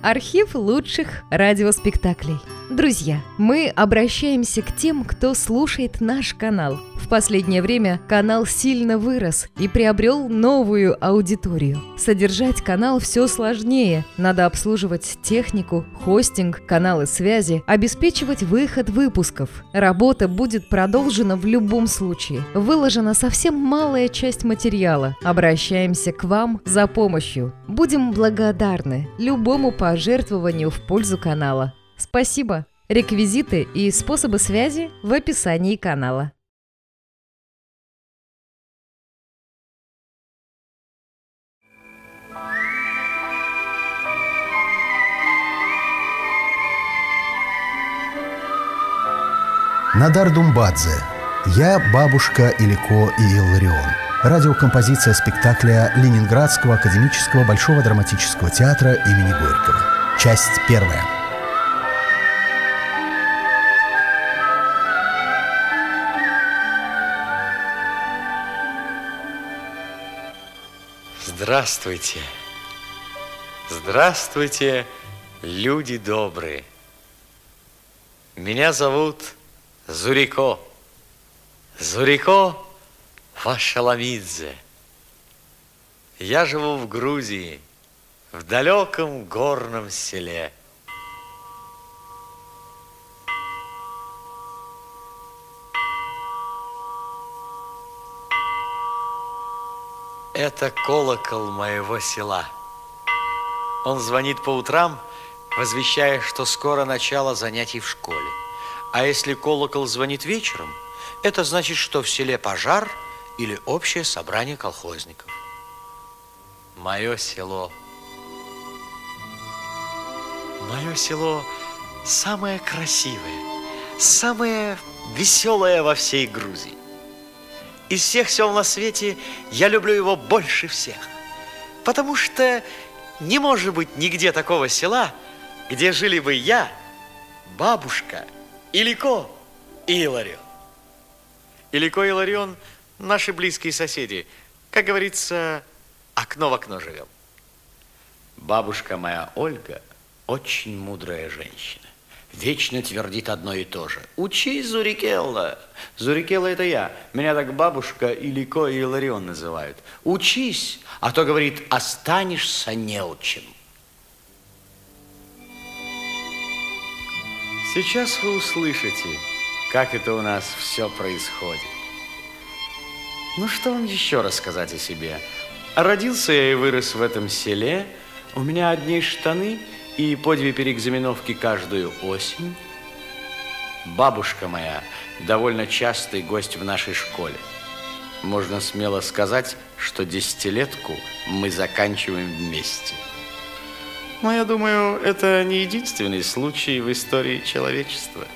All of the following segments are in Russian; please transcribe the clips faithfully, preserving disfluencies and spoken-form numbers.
Архив лучших радиоспектаклей. Друзья, мы обращаемся к тем, кто слушает наш канал. В последнее время канал сильно вырос и приобрел новую аудиторию. Содержать канал все сложнее. Надо обслуживать технику, хостинг, каналы связи, обеспечивать выход выпусков. Работа будет продолжена в любом случае. Выложена совсем малая часть материала. Обращаемся к вам за помощью. Будем благодарны любому пожертвованию в пользу канала. Спасибо! Реквизиты и способы связи в описании канала. Надар Думбадзе. Я, бабушка Илико и Илларион. Радиокомпозиция спектакля Ленинградского академического Большого драматического театра имени Горького. Часть первая. Здравствуйте. Здравствуйте, люди добрые. Меня зовут Зурико. Зурико Вашаламидзе. Я живу в Грузии, в далеком горном селе. Это колокол моего села. Он звонит по утрам, возвещая, что скоро начало занятий в школе. А если колокол звонит вечером, это значит, что в селе пожар или общее собрание колхозников. Мое село. Мое село самое красивое, самое веселое во всей Грузии. Из всех сел на свете я люблю его больше всех, потому что не может быть нигде такого села, где жили бы я, бабушка, Илико и Иларион. Илико и Иларион – наши близкие соседи. Как говорится, окно в окно живем. Бабушка моя Ольга очень мудрая женщина. Вечно твердит одно и то же. Учись, Зурикелла. Зурикелла – это я. Меня так бабушка Илико и Иларион называют. Учись, а то, говорит, останешься неучим. Сейчас вы услышите, как это у нас все происходит. Ну, что вам еще рассказать о себе? Родился я и вырос в этом селе. У меня одни штаны и по две переэкзаменовки каждую осень. Бабушка моя довольно частый гость в нашей школе. Можно смело сказать, что десятилетку мы заканчиваем вместе. Но я думаю, это не единственный случай в истории человечества.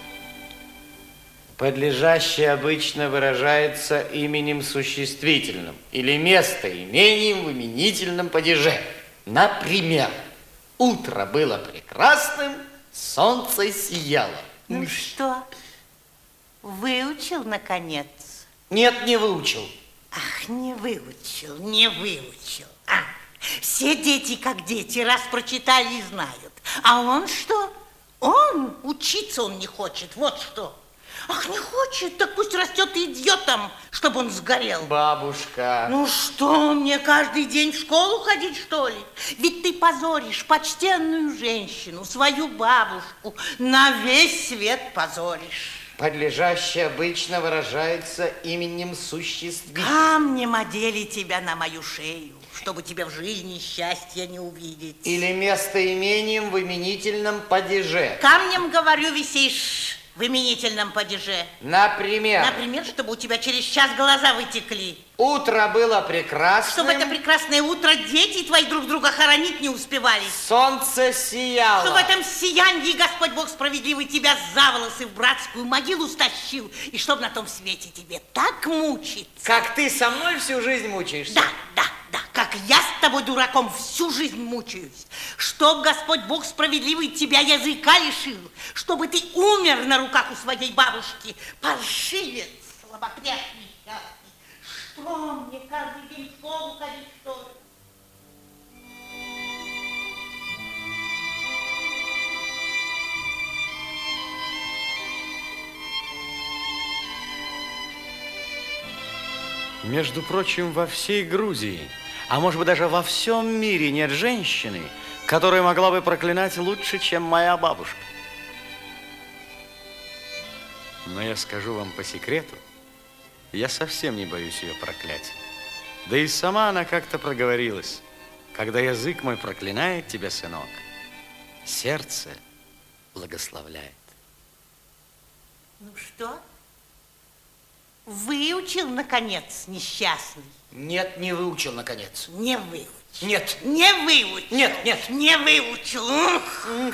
Подлежащее обычно выражается именем существительным или местоимением в именительном падеже. Например, утро было прекрасным, солнце сияло. Ну что, выучил, наконец? Нет, не выучил. Ах, не выучил, не выучил. А, все дети как дети, раз прочитали и знают. А он что? Он, учиться он не хочет, вот что. Ах, не хочет, так пусть растет идиотом, чтобы он сгорел. Бабушка. Ну что, мне каждый день в школу ходить, что ли? Ведь ты позоришь почтенную женщину, свою бабушку, на весь свет позоришь. Подлежащее обычно выражается именем существительным. Камнем одели тебя на мою шею, чтобы тебе в жизни счастья не увидеть. Или местоимением в именительном падеже. Камнем, говорю, висишь в именительном падеже. Например? Например, чтобы у тебя через час глаза вытекли. Утро было прекрасным. Чтобы это прекрасное утро дети твои друг друга хоронить не успевали. Солнце сияло. Что в этом сиянии Господь Бог справедливый тебя за волосы в братскую могилу стащил. И чтоб на том свете тебе так мучиться. Как ты со мной всю жизнь мучаешься? Да, да, да. Как я с тобой, дураком, всю жизнь мучаюсь. Чтоб Господь Бог справедливый тебя языка лишил. Чтобы ты умер на руках у своей бабушки. Паршивец, слабопряд несчастный. Что мне каждый день в школу ходить, что ли? Между прочим, во всей Грузии, а может быть даже во всем мире нет женщины, которая могла бы проклинать лучше, чем моя бабушка. Но я скажу вам по секрету, я совсем не боюсь ее проклятия. Да и сама она как-то проговорилась. Когда язык мой проклинает тебя, сынок, сердце благословляет. Ну что? Выучил, наконец, несчастный? Нет, не выучил, наконец. Не выучил. Нет. Не выучил. Нет, нет. Не выучил. Ух, ух.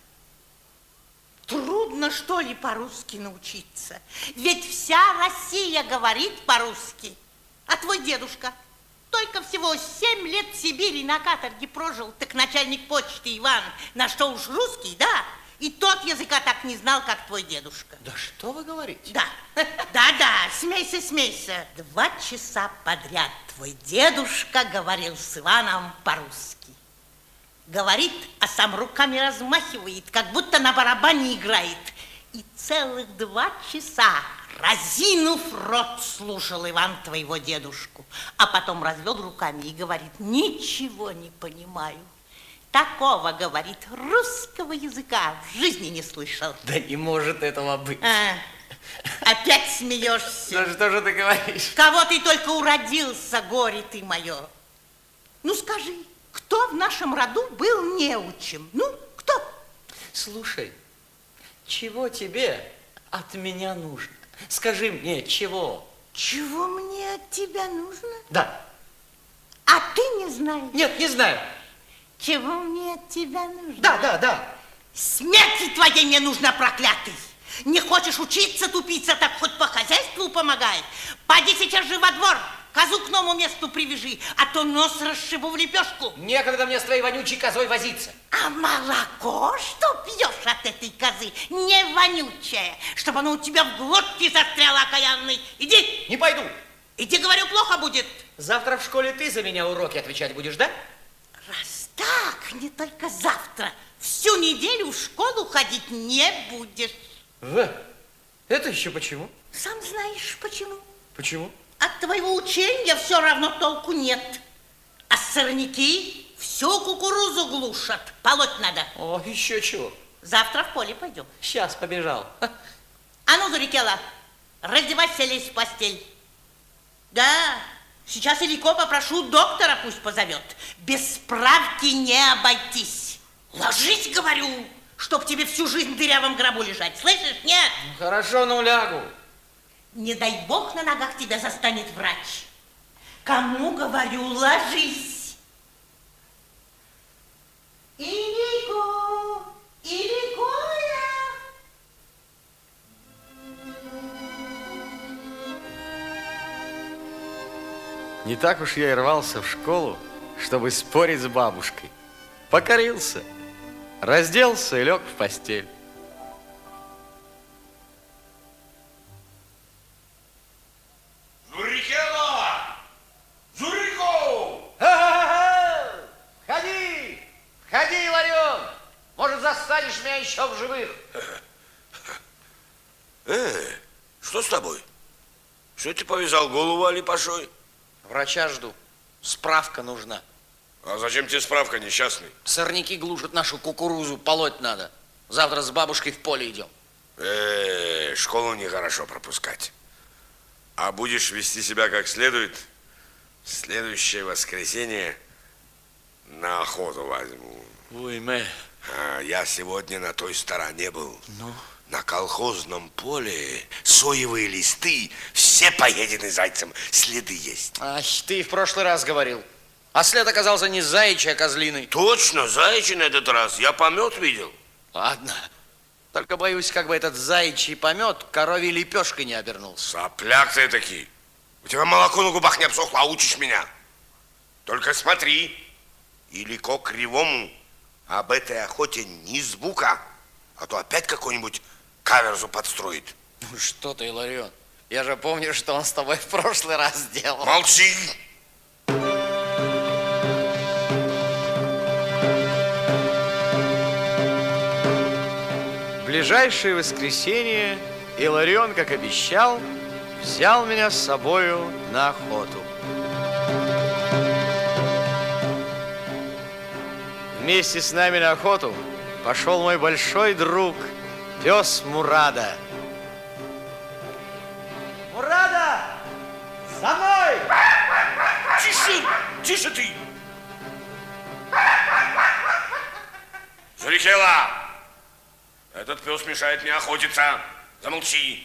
Трудно, что ли, по-русски научиться? Ведь вся Россия говорит по-русски. А твой дедушка только всего семь лет в Сибири на каторге прожил, так начальник почты Иван, на что уж русский, да? И тот языка так не знал, как твой дедушка. Да что вы говорите? Да, да-да, смейся, смейся. Два часа подряд твой дедушка говорил с Иваном по-русски. Говорит, а сам руками размахивает, как будто на барабане играет. И целых два часа, разинув рот, слушал Иван твоего дедушку. А потом развел руками и говорит, ничего не понимаю. Такого, говорит, русского языка в жизни не слышал. Да не может этого быть. А, опять смеешься. Ну что же ты говоришь? Кого ты только уродился, горе ты мое. Ну скажи, кто в нашем роду был неучим? Ну, кто? Слушай, чего тебе от меня нужно? Скажи мне, чего? Чего мне от тебя нужно? Да. А ты не знаешь? Нет, не знаю. Чего мне от тебя нужно? Да, да, да. Смерти твоей мне нужна, проклятый. Не хочешь учиться, тупица, так хоть по хозяйству помогай. Поди сейчас же во двор, козу к новому месту привяжи, а то нос расшибу в лепешку. Некогда мне с твоей вонючей козой возиться. А молоко, что пьешь от этой козы, не вонючее, чтобы оно у тебя в глотке застряло, окаянный. Иди. Не пойду. Иди, говорю, плохо будет. Завтра в школе ты за меня уроки отвечать будешь, да? Раз так, не только завтра, всю неделю в школу ходить не будешь. В. Это еще почему? Сам знаешь, почему. Почему? От твоего учения все равно толку нет. А сорняки всю кукурузу глушат. Полоть надо. О, еще чего. Завтра в поле пойдем. Сейчас побежал. А ну, Зарикела, раздевайся, лезь в постель. Да, сейчас Илико попрошу доктора, пусть позовет. Без справки не обойтись. Ложись, говорю, чтоб тебе всю жизнь в дырявом гробу лежать. Слышишь? Нет? Ну, хорошо, ну лягу. Не дай бог на ногах тебя застанет врач. Кому говорю, ложись. Илико, Иликоя. Не так уж я и рвался в школу, чтобы спорить с бабушкой. Покорился, разделся и лег в постель. Зурикела! Зурико! Входи! Входи, Иларион! Может, застанешь меня еще в живых? Э, что с тобой? Что ты повязал голову Алипашой? Врача жду. Справка нужна. А зачем тебе справка, несчастный? Сорняки глушат нашу кукурузу, полоть надо. Завтра с бабушкой в поле идем. Э, школу нехорошо пропускать. А будешь вести себя как следует, в следующее воскресенье на охоту возьму. Ой, мэ. А, я сегодня на той стороне был. Ну? На колхозном поле соевые листы, все поедены зайцем, следы есть. Ах, ты в прошлый раз говорил. А след оказался не заячий, а козлиный. Точно, заячий на этот раз. Я помет видел. Ладно. Только боюсь, как бы этот заячий помет коровьей лепешкой не обернулся. Сопляк ты такие. У тебя молоко на губах не обсохло, а учишь меня. Только смотри, Илико кривому об этой охоте ни звука, а то опять какой-нибудь каверзу подстроит. Ну что ты, Иларион, я же помню, что он с тобой в прошлый раз сделал. Молчи! В ближайшее воскресенье Иларион, как обещал, взял меня с собою на охоту. Вместе с нами на охоту пошел мой большой друг, пес Мурада. Мурада! За мной! Тише! Тише ты! Зарикела! Этот пес мешает мне охотиться. Замолчи.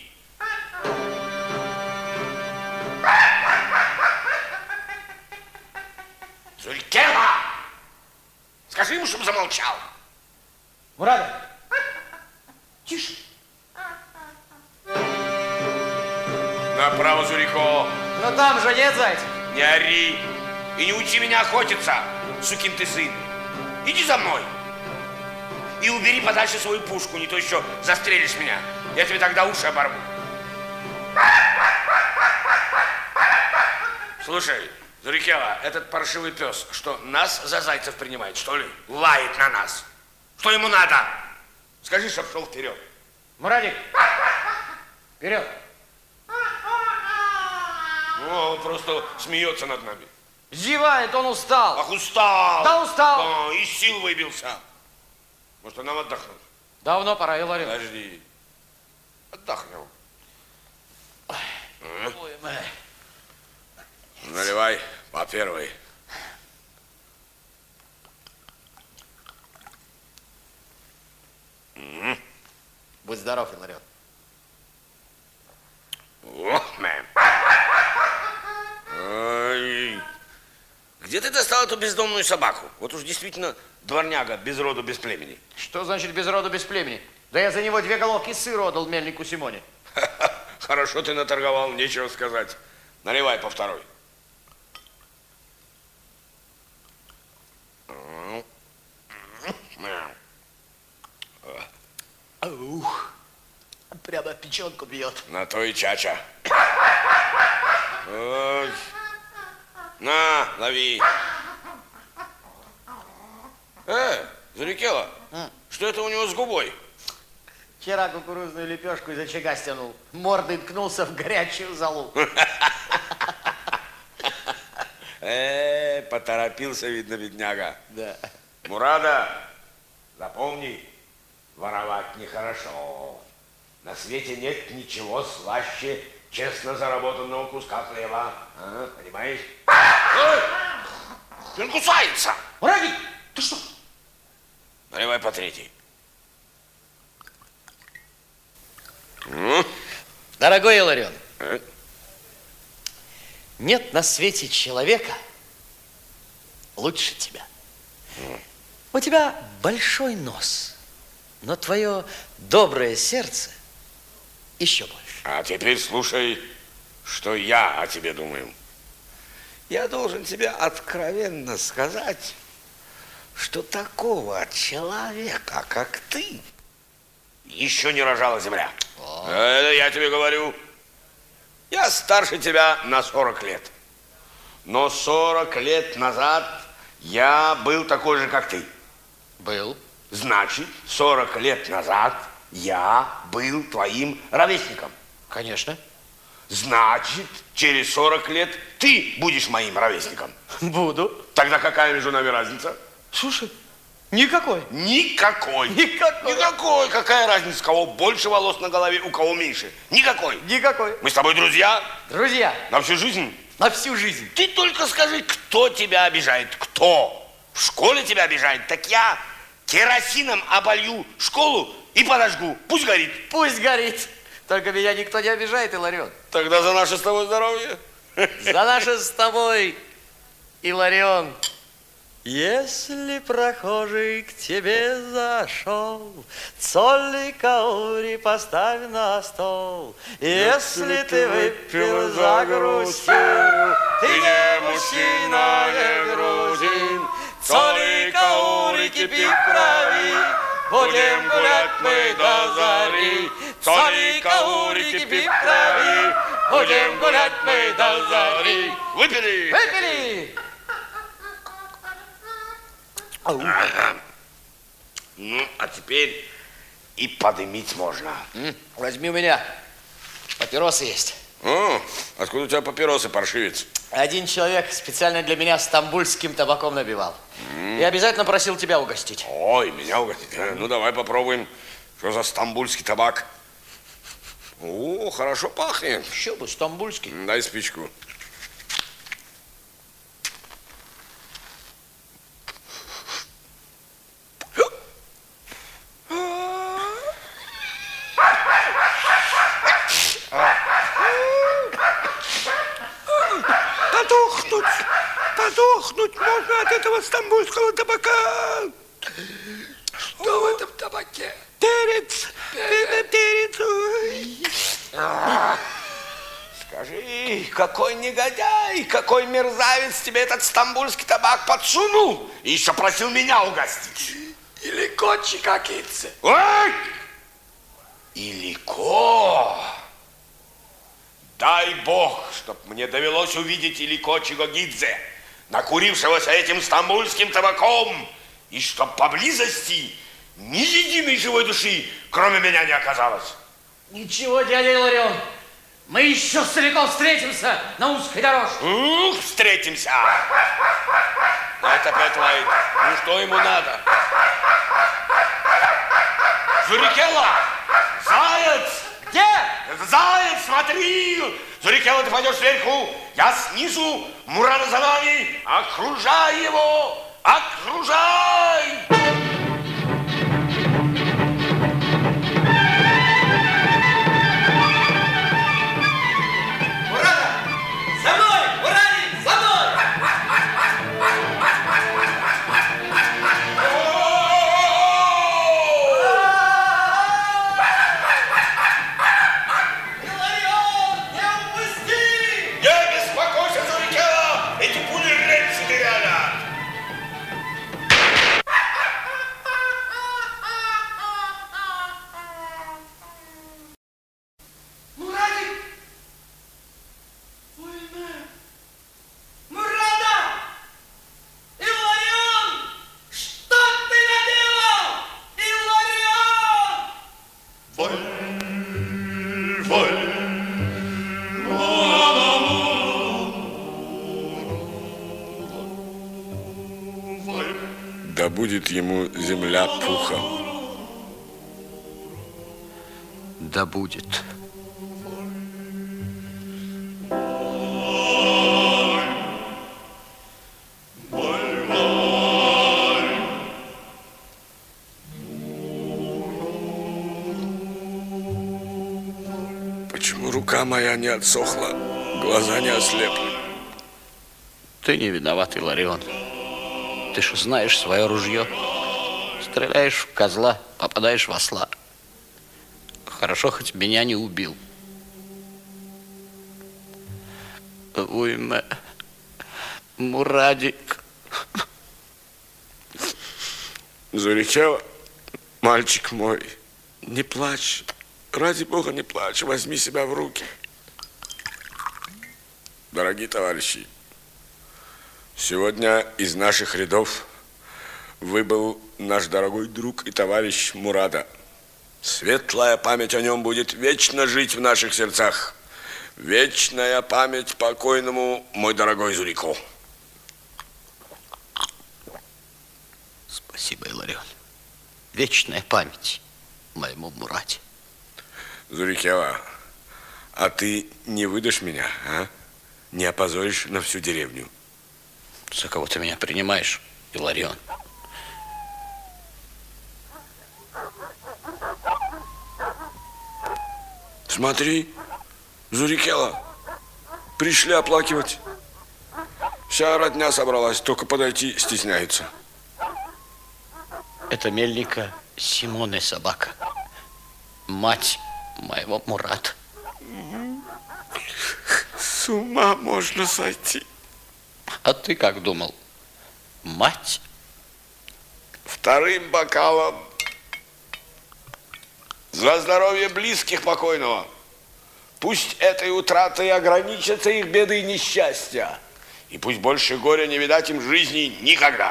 Зарикела! Скажи ему, чтобы замолчал. Мурада! Тише! Направо, Зурико. Но там же нет зайца. Не ори и не учи меня охотиться, сукин ты сын. Иди за мной. И убери подальше свою пушку, не то еще застрелишь меня. Я тебе тогда уши оборву. Слушай, Зурикела, этот паршивый пес, что нас за зайцев принимает, что ли? Лает на нас. Что ему надо? Скажи, чтоб шел вперед. Мурадик, вперед. Ну, он просто смеется над нами. Зевает, он устал. Ах, устал. Да, устал. Да, из сил выбился. Может, нам отдохнуть? Давно пора, Иларион. Подожди. Отдохнем. Ой, мой. Наливай по первой. Будь здоров, Иларион. Ох, мэм. Ой. Где ты достал эту бездомную собаку? Вот уж действительно дворняга, без роду, без племени. Что значит без роду, без племени? Да я за него две головки сыра отдал мельнику Симоне. Хорошо ты наторговал, нечего сказать. Наливай по второй. Ух, прямо печенку бьет. На то и чача. Ой. На, лови. Э, Зарикела, а? Что это у него с губой? Вчера кукурузную лепешку из очага стянул. Мордой ткнулся в горячую золу. Э, поторопился, видно, бедняга. Да. Мурада, запомни, воровать нехорошо. На свете нет ничего слаще честно заработанного куска хлеба. А, понимаешь? Ой! Он кусается! Мурадик, ты что? Наливай по третьей. Ну? Дорогой Иларион, А? нет на свете человека лучше тебя. Mm. У тебя большой нос, но твое доброе сердце еще больше. А теперь слушай, что я о тебе думаю. Я должен тебе откровенно сказать, что такого человека, как ты, еще не рожала земля. О. Это я тебе говорю. Я старше тебя на сорок лет. Но сорок лет назад я был такой же, как ты. Был. Значит, сорок лет назад я был твоим ровесником. Конечно. Значит, через сорок лет ты будешь моим ровесником. Буду. Тогда какая между нами разница? Слушай, никакой. Никакой. Никакой. Никакой. Какая разница, у кого больше волос на голове, у кого меньше? Никакой. Никакой. Мы с тобой друзья. Друзья. На всю жизнь. На всю жизнь. Ты только скажи, кто тебя обижает. Кто? В школе тебя обижает. Так я керосином оболью школу и подожгу. Пусть горит. Пусть горит. Только меня никто не обижает, Иларион. Тогда за наше с тобой здоровье. За наше с тобой, Иларион. Если прохожий к тебе зашел, соль и каури поставь на стол. Если ты выпил, загрустил, ты не мужчина, не грузин. Соль и каури кипи в крови, будем гулять мы до зари. Соль и каури кипи в крови, будем гулять мы до зари. Выпили! Выпили! Ага. Ну, а теперь и подымить можно. Возьми у меня. Папиросы есть. О, откуда у тебя папиросы, паршивец? Один человек специально для меня стамбульским табаком набивал. Mm. И обязательно просил тебя угостить. Ой, меня угостить? Mm. Ну, давай попробуем. Что за стамбульский табак? О, хорошо пахнет. Еще бы, стамбульский. Дай спичку. Подохнуть, подохнуть можно от этого стамбульского табака. Что в этом табаке? Перец, перец. Скажи, какой негодяй, какой мерзавец тебе этот стамбульский табак подсунул и еще просил меня угостить. Или кочи какие-то. Ой! Илико! Дай Бог, чтоб мне довелось увидеть Илико Чигогидзе, накурившегося этим стамбульским табаком, и чтоб поблизости ни единой живой души, кроме меня, не оказалось. Ничего, дядя Иларион, мы еще с Илико встретимся на узкой дорожке. Ух, встретимся! Это опять лает. Ну что ему надо? Зурикела! Заяц! Где? Заяц, смотри! Зурикела, ты пойдешь сверху, я снизу, Мурада за нами, окружай его! Окружай! Мурада! За мной! Муради! За мной! Иларион, не упусти! Не беспокойся, Зурикела! Эти пули рельсы дырявят! Муради! Ой, Мурада! Иларион! Что ты наделал? Иларион! Воль, воль, да будет ему земля пухом. Да будет. Почему рука моя не отсохла, глаза не ослепли? Ты не виноват, Иларион. Ты же знаешь свое ружье. Стреляешь в козла, попадаешь в осла. Хорошо, хоть меня не убил. Уйме, Мурадик. Зурикела, мальчик мой, не плачь. Ради Бога, не плачь. Возьми себя в руки. Дорогие товарищи, сегодня из наших рядов выбыл наш дорогой друг и товарищ Мурада. Светлая память о нем будет вечно жить в наших сердцах. Вечная память покойному, мой дорогой Зурико. Спасибо, Иларион. Вечная память моему Мураде. Зурикела, а ты не выдашь меня, а? Не опозоришь на всю деревню? За кого ты меня принимаешь, Иларион? Смотри, Зурикела, пришли оплакивать. Вся родня собралась, только подойти стесняются. Это мельника Симоне собака. Мать моего Мурада. С ума можно сойти. А ты как думал? Мать? Вторым бокалом за здоровье близких покойного. Пусть этой утратой ограничатся их беды и несчастья. И пусть больше горя не видать им в жизни никогда.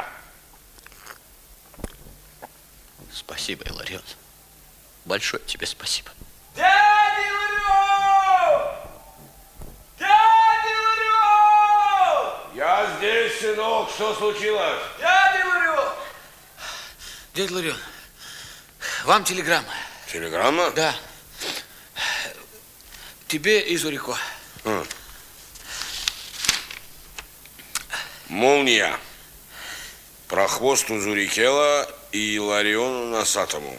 Спасибо, Иларион. Большое тебе спасибо. Дядя Иларион! сынок, что случилось? Дядя Ларион! Дядя Ларион, вам телеграмма. Телеграмма? Да. Тебе из Урико. А. Молния. Про хвосту Зурикела и Лариону Носатому.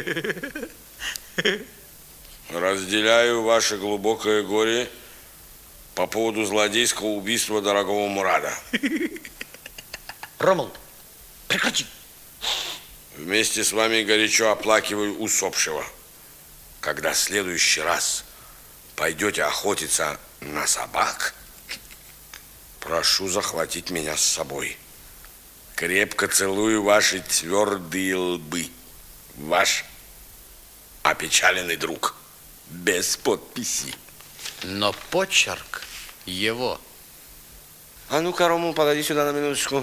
Разделяю ваше глубокое горе по поводу злодейского убийства дорогого Мурада. Ромул, прекрати. Вместе с вами горячо оплакиваю усопшего. Когда в следующий раз пойдете охотиться на собак, прошу захватить меня с собой. Крепко целую ваши твердые лбы. Ваш опечаленный друг. Без подписи. Но почерк его. А ну-ка, Рому, подойди сюда на минуточку.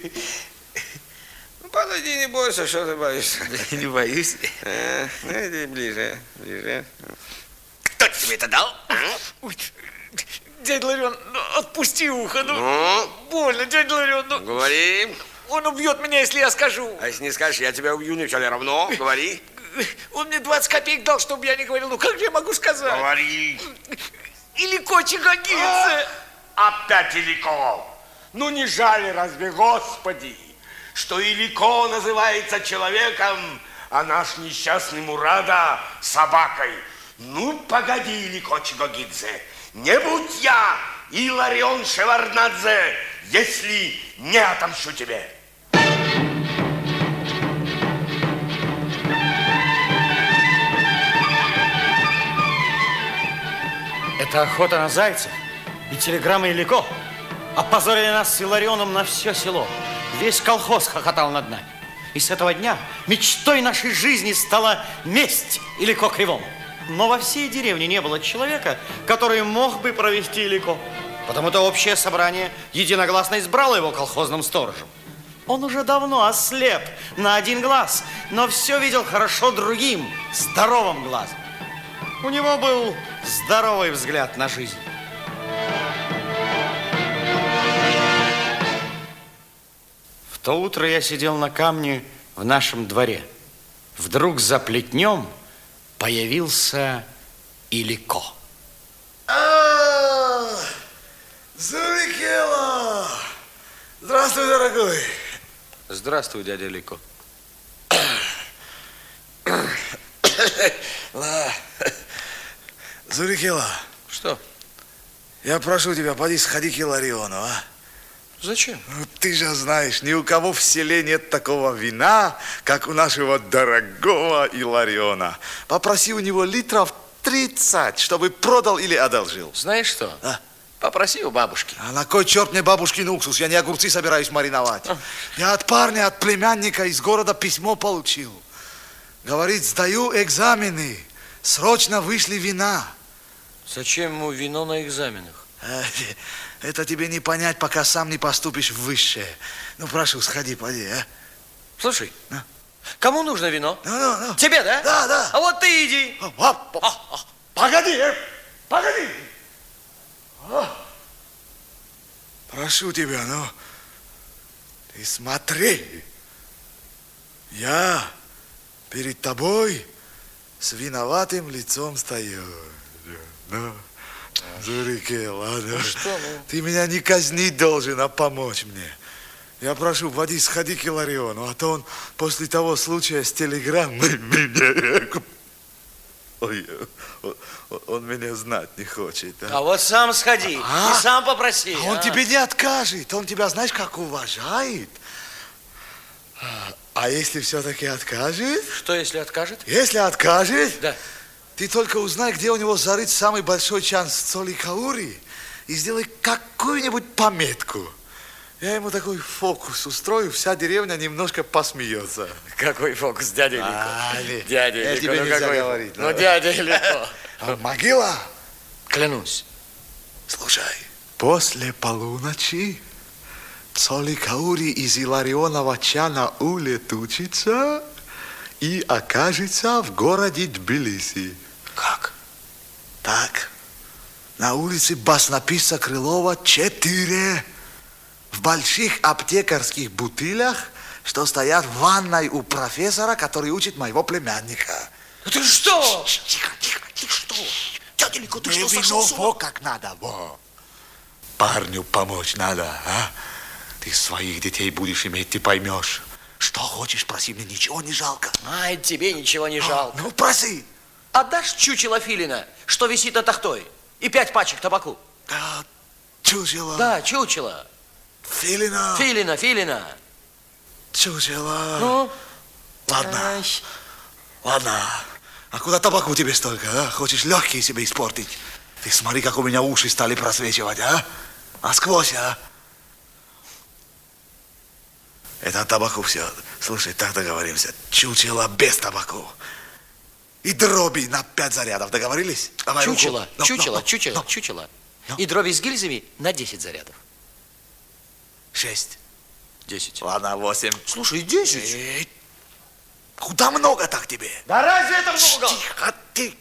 Ну, подойди, не бойся, что ты боишься. Не боюсь. А, иди ближе, ближе. Кто тебе это дал? Ой, дядя Ларион, ну, отпусти ухо. Ну, Ну? больно, дядя Ларион. Ну, Говори. он убьет меня, если я скажу. А если не скажешь, я тебя убью, не все ли равно? Говори. Он мне двадцать копеек дал, чтобы я не говорил. Ну, как же я могу сказать? Говори. Или котик годится. Опять Илико. Ну не жаль разве, Господи, что Илико называется человеком, а наш несчастный Мурада собакой. Ну, погоди, Илико Чигогидзе, не будь я Иларион Шеварднадзе, если не отомщу тебе. Это охота на зайцев и телеграмма Илико опозорили нас с Иларионом на все село. Весь колхоз хохотал над нами. И с этого дня мечтой нашей жизни стала месть Илико Кривому. Но во всей деревне не было человека, который мог бы провести Илико. Потому-то общее собрание единогласно избрало его колхозным сторожем. Он уже давно ослеп на один глаз, но все видел хорошо другим, здоровым глазом. У него был здоровый взгляд на жизнь. В то утро я сидел на камне в нашем дворе. Вдруг за плетнем появился Илико. А, Зурикела! Здравствуй, дорогой. Здравствуй, дядя Илико. Ла. Зурикела, Что? я прошу тебя, поди сходи к Илариону, а? Зачем? Ну, ты же знаешь, ни у кого в селе нет такого вина, как у нашего дорогого Илариона. Попроси у него литров тридцать, чтобы продал или одолжил. Знаешь что? А? Попроси у бабушки. А на кой черт мне бабушкин уксус? Я не огурцы собираюсь мариновать. А. Я от парня, от племянника из города письмо получил. Говорит, сдаю экзамены. Срочно вышли вина. Зачем ему вино на экзаменах? Это тебе не понять, пока сам не поступишь в высшее. Ну, прошу, сходи, поди, а? Слушай, А? кому нужно вино? Ну, ну, ну. Тебе, да? Да, да. А вот ты иди. А, а, а, Погоди, э, погоди. А. Прошу тебя, ну, ты смотри. Я перед тобой с виноватым лицом стою. Ну, Зурикел, ладно. Что, ну? Ты меня не казнить должен, а помочь мне. Я прошу, поди, сходи к Илариону, а то он после того случая с телеграммой меня... Ой, он меня знать не хочет. А вот сам сходи А? и сам попроси. А он а? тебе не откажет, он тебя, знаешь, как уважает. А если все-таки откажет? Что, если откажет? Если откажет, Да. ты только узнай, где у него зарыт самый большой чан с соли каури, и сделай какую-нибудь пометку. Я ему такой фокус устрою, вся деревня немножко посмеется. Какой фокус, дядя Илико? А, ли, Дядя я Илико, тебе ну нельзя какой говорить, фокус? Ну, да. дядя Илико. А могила? Клянусь. Слушай, после полуночи соли каури из Иларионова чана улетучится и окажется в городе Тбилиси. Как? Так, на улице Баснаписа Крылова четыре. в больших аптекарских бутылях, что стоят в ванной у профессора, который учит моего племянника. Ну ты что? Тихо, тихо, ты что? Дядя Лико, ты что, вино, сошел с ума? во как надо, во. Парню помочь надо, а? Ты своих детей будешь иметь, ты поймешь. Что хочешь, проси, мне ничего не жалко. Ай, тебе ничего не жалко. А, ну, проси. Отдашь чучело филина, что висит на тахтой, и пять пачек табаку? Да, чучело. Да, чучело. Филина. Филина, филина. Чучело. Ну? Ладно. Ай. Ладно. А куда табаку тебе столько, а? Хочешь легкие себе испортить? Ты смотри, как у меня уши стали просвечивать, а? А сквозь, а? Это от табаку все. Слушай, так договоримся. Чучело без табаку. И дроби на пять зарядов. Договорились? Давай Чучело, руку. Ну, чучело, ну, ну, чучело, ну. чучело. Ну. И дроби с гильзами на десять зарядов. Шесть. Десять. Ладно, восемь. Слушай, десять. Эй, куда много так тебе? Да разве это много? Тихо ты.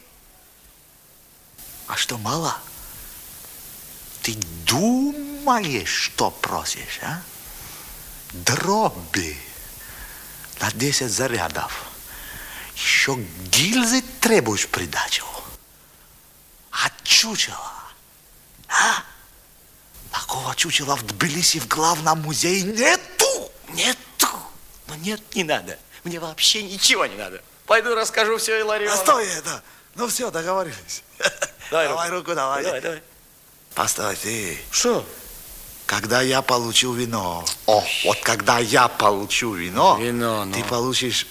А что, мало? Ты думаешь, что просишь, а? Дроби на десять зарядов. Еще гильзы требуешь придачу. А чучело? А? Такого чучела в Тбилиси в главном музее нету. Нету. Ну нет, не надо. Мне вообще ничего не надо. Пойду расскажу все Илариону. А стой это. Ну все, договорились. Давай Давай руку. руку, давай. Давай, давай. Постой, ты. Что? Когда я получу вино, о, вот когда я получу вино, Вино, ну. ты получишь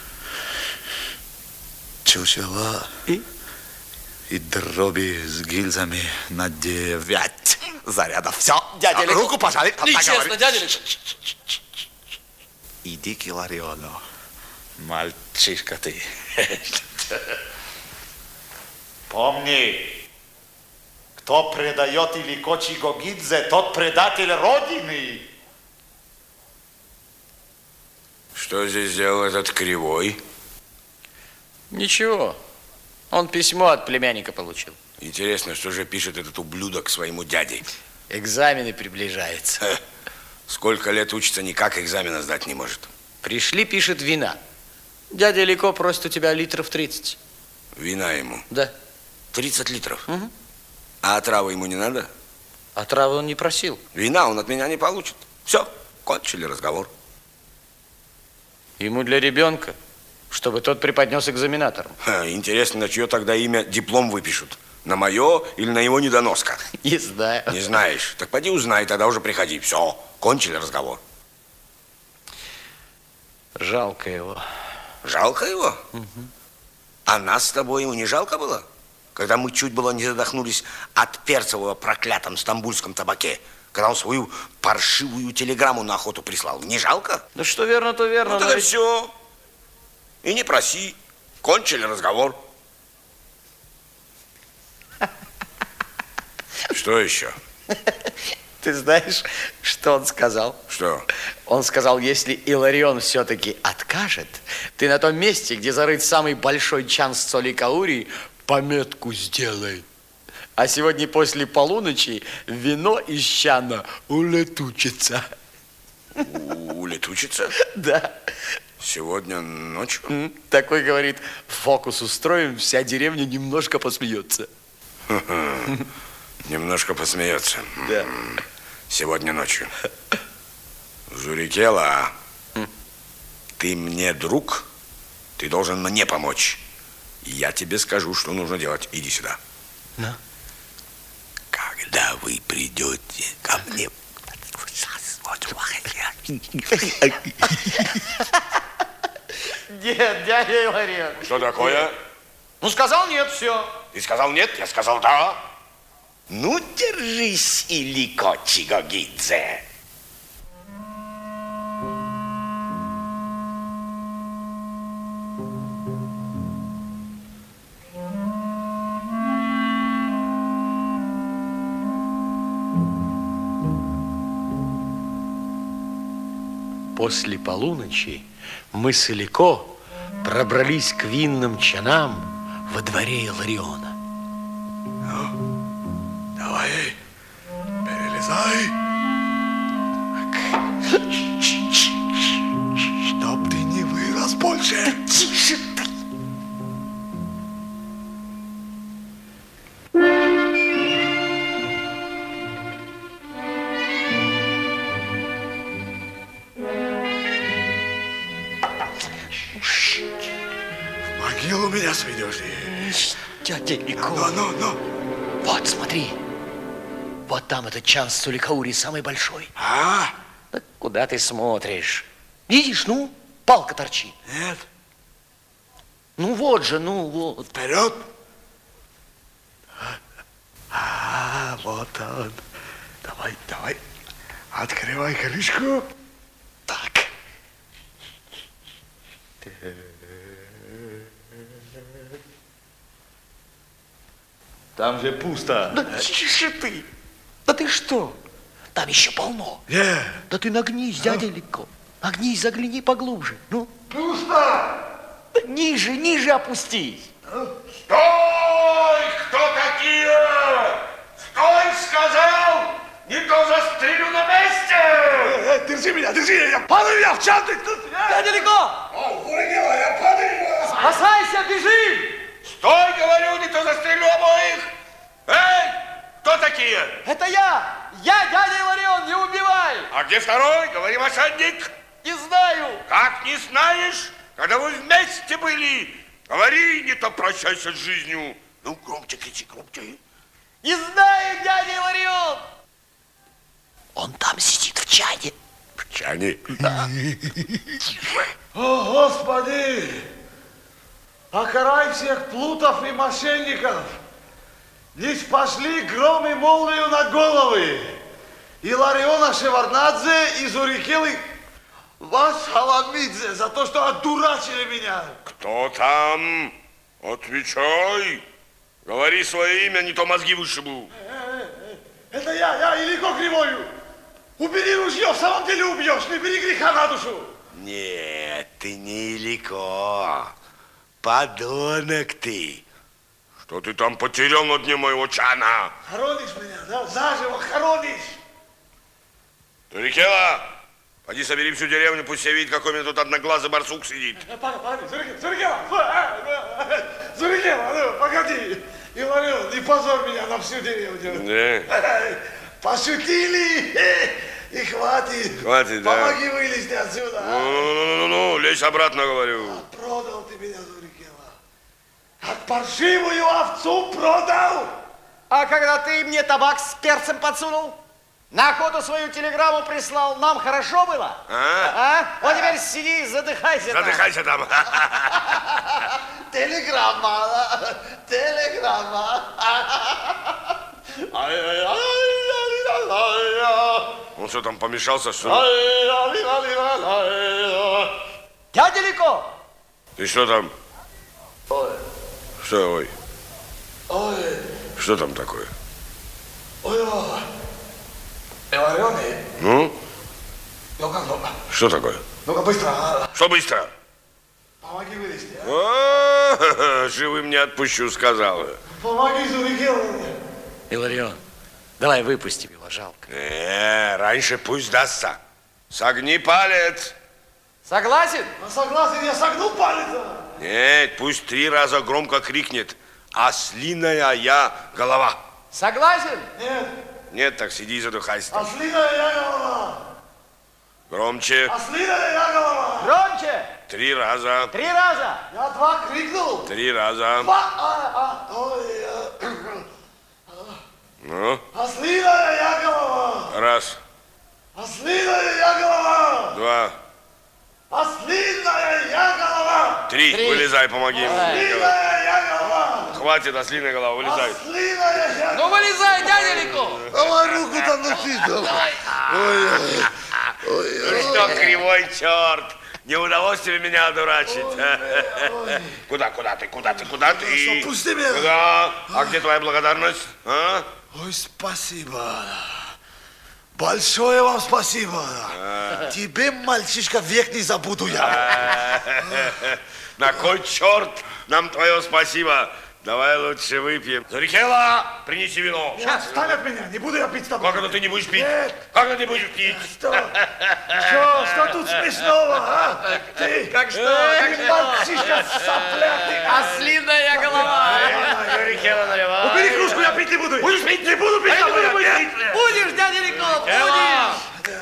чучело И? и дроби с гильзами на девять зарядов. Все, Дядя а, Лико. руку пожали. а, Нечестно, договорились. дядя Лико. Иди к Илариону, мальчишка ты. Помни, кто предает Илико Чигогидзе, тот предатель Родины. Что здесь делал этот кривой? Ничего. Он письмо от племянника получил. Интересно, что же пишет этот ублюдок своему дяде? Экзамены приближаются. Ха, сколько лет учится, никак экзамена сдать не может. Пришли, пишет, вина. Дядя Лико просит у тебя литров тридцать. Вина ему. Да. тридцать литров. Угу. А отравы ему не надо? А травы он не просил. Вина он от меня не получит. Все, кончили разговор. Ему для ребенка, чтобы тот преподнес экзаменаторам. Ха, интересно, на чье тогда имя диплом выпишут? На мое или на его недоноска? Не знаю. Не знаешь? Так поди узнай, тогда уже приходи. Все, кончили разговор. Жалко его. Жалко его? Угу. А нас с тобой ему не жалко было? Когда мы чуть было не задохнулись от перцевого проклятом стамбульском табаке, когда он свою паршивую телеграмму на охоту прислал. Не жалко? Да что верно, то верно. Ну тогда ведь... все. И не проси. Кончили разговор. Что еще? Ты знаешь, что он сказал? Что? Он сказал, если Иларион все-таки откажет, ты на том месте, где зарыт самый большой чан с соли каури, пометку сделай. А сегодня после полуночи вино из чана улетучится. Улетучится? Да. Сегодня ночью? Такой, говорит, фокус устроим, вся деревня немножко посмеется. Немножко посмеется. Да. Сегодня ночью. Журикела, ты мне друг, ты должен мне помочь. Я тебе скажу, что нужно делать. Иди сюда. Да. Когда вы придете ко мне... Нет, дядя Иларион. Что такое? Ну, сказал нет, все. Ты сказал нет, я сказал да. Ну, держись, Илико Чигогидзе. После полуночи мы с Илико пробрались к винным чанам во дворе Илариона. Давай, перелезай. громче. Да тише ты. В могилу меня сведешь. Дядя Лико. Ну, ну, ну. Вот, смотри. Вот там этот чан с Цоликаури самый большой. А? Да куда ты смотришь? Видишь, ну, палка торчит. Нет. Ну вот же, ну вот. Вперед. А, вот он. Давай, давай. Открывай крышку. Так. Там же пусто. Да тише ты. Да ты что? Там еще полно. Нет. Да ты нагнись, дядя Лико. Нагнись, загляни поглубже. Ну. Пусто. Да ниже, ниже опустись. Стой! Кто такие? Стой, сказал! Не то застрелю на месте! Э, э, держи меня, держи, я падаю, я в чан. Дядя Лико! О, Гургила, я падаю. Спасайся, бежим! Стой, говорю, не то застрелю обоих! Эй, кто такие? Это я! Я, дядя Иларион, не убивай! А где второй? Говори, мошенник! Не знаю! Как не знаешь, когда вы вместе были? Говори, не то прощайся с жизнью. Ну, громче кричи, громче. Не знаю, дядя Иларион! Он там сидит в чане. В чане? Да. О, Господи! Покарай всех плутов и мошенников. Не спасли гром и молнию на головы. Илариона Шеварднадзе и Зурикилы вас Халамидзе за то, что одурачили меня. Кто там? Отвечай. Говори свое имя, не то мозги вышибу. Это я, я Илико Кривою. Убери ружье, в самом деле убьешь, не бери греха на душу. Нет, ты не Илико. Подонок ты. Что ты там потерял на дне моего чана? Хоронишь меня, да? Заживо хоронишь. Турикела, поди собери всю деревню, пусть все видят, какой у меня тут одноглазый барсук сидит. Погоди, Зурикела, Зурикела, Зурикела, ну, погоди. Иларион, не позорь меня на всю деревню. Да. Пошутили, и хватит. Хватит, да. Помоги вылезти отсюда. А? Ну-ну-ну, лезь обратно, говорю. А продал ты меня, Зурикела. Как паршивую овцу продал. А когда ты мне табак с перцем подсунул, на охоту свою телеграмму прислал, нам хорошо было? А? А? Вот теперь сиди, задыхайся там. Задыхайся там. Телеграмма, телеграмма. Он что там, помешался, что ли? Дядя Лико! Ты что там? Ой. Что, ой? Ой. Что там такое? Ой, ой. Иларионы. Ну? Ну как, ну? Что такое? Ну-ка, быстро. Что быстро? Помоги вылезти, а? О, живым не отпущу, сказал. Помоги, Зурикела. Иларион, давай выпустим его, жалко. Не, раньше пусть дастся. Согни палец. Согласен? А согласен, я согну палец. Нет, пусть три раза громко крикнет. Ослиная я голова. Согласен? Нет. Нет, так сиди и задыхайся. Ослиная я голова. Громче. Ослиная я голова. Громче. Три раза. Три раза. Я два крикнул. Три раза. Два. А, а, ой, а. Ну? Ослиная я голова. Раз. Ослиная я голова. Два. Ослиная я голова. Три. Три. Вылезай, помоги ему. Ослиная я голова. Хватит, ослиная голова, вылезай. Ослиная я. Ну вылезай, дядя Лико. Давай руку там напитал. Ой, ой, ой. Ну что, кривой черт, не удалось тебе меня одурачить. Куда, куда ты, куда ты, куда ты? Пусти меня. Куда? А где твоя благодарность? А? Ой, спасибо. Большое вам спасибо. Тебе, мальчишка, век не забуду я. На кой черт нам твое спасибо? Давай лучше выпьем. Зарикела, принеси вино. Сейчас, встань от меня, не буду я пить с тобой. Как это ты не будешь пить? Нет. Как это ты будешь пить? Что? Что? Что тут смешного, а? Ты, Как что? ты Как мальчишка соплятый. Ослиная голова. Зарикела, наливай. Убери кружку, я пить не буду. Будешь пить? Не буду пить с тобой. будешь Нет. пить? Будешь, дядя Лико, будешь.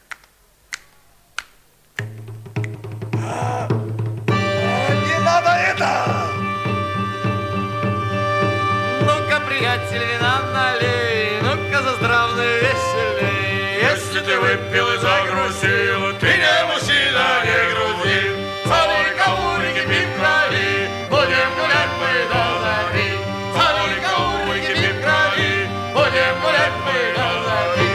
Не надо это. Ну-ка, приятель, вина налей, ну-ка, за здравный веселей. Если ты выпил и загрузил, ты не мужчина, не грузи. Царика урики пив крови, будем гулять мы до зари. Царика урики пив крови, будем гулять мы до зари.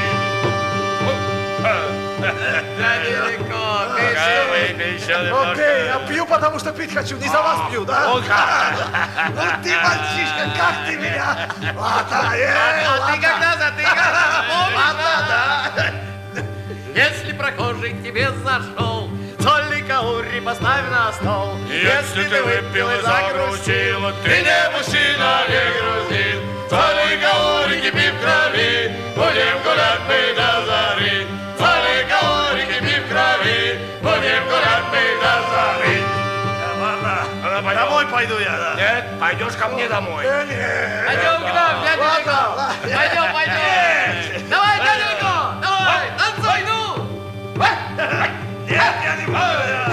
Дядя Лико, ты что? Выпей еще немножко. Окей, я пью, потому что пить хочу. Не за вас пью, да? Вот как. Ну ты, мальчишка, как ты меня? Ладно, э, А ты ладно. когда затыкался, Ладно, да. если прохожий к тебе зашел, соль каури поставь на стол. Если ты выпил и загрузил, ты не мужчина, не грузи. Соль каорики пив крови, будем гулять мы до зари. Соль каорики пив крови, будем гулять мы до зари. Ладно, домой пойду я, да? Нет, пойдешь ко мне домой. Э, нет. Пойдем к нам, дядя Ладно, Лико. ладно. Пойдем, пойдем. Давай, дядя Лико, давай, танцуй, ну. Нет, я не буду.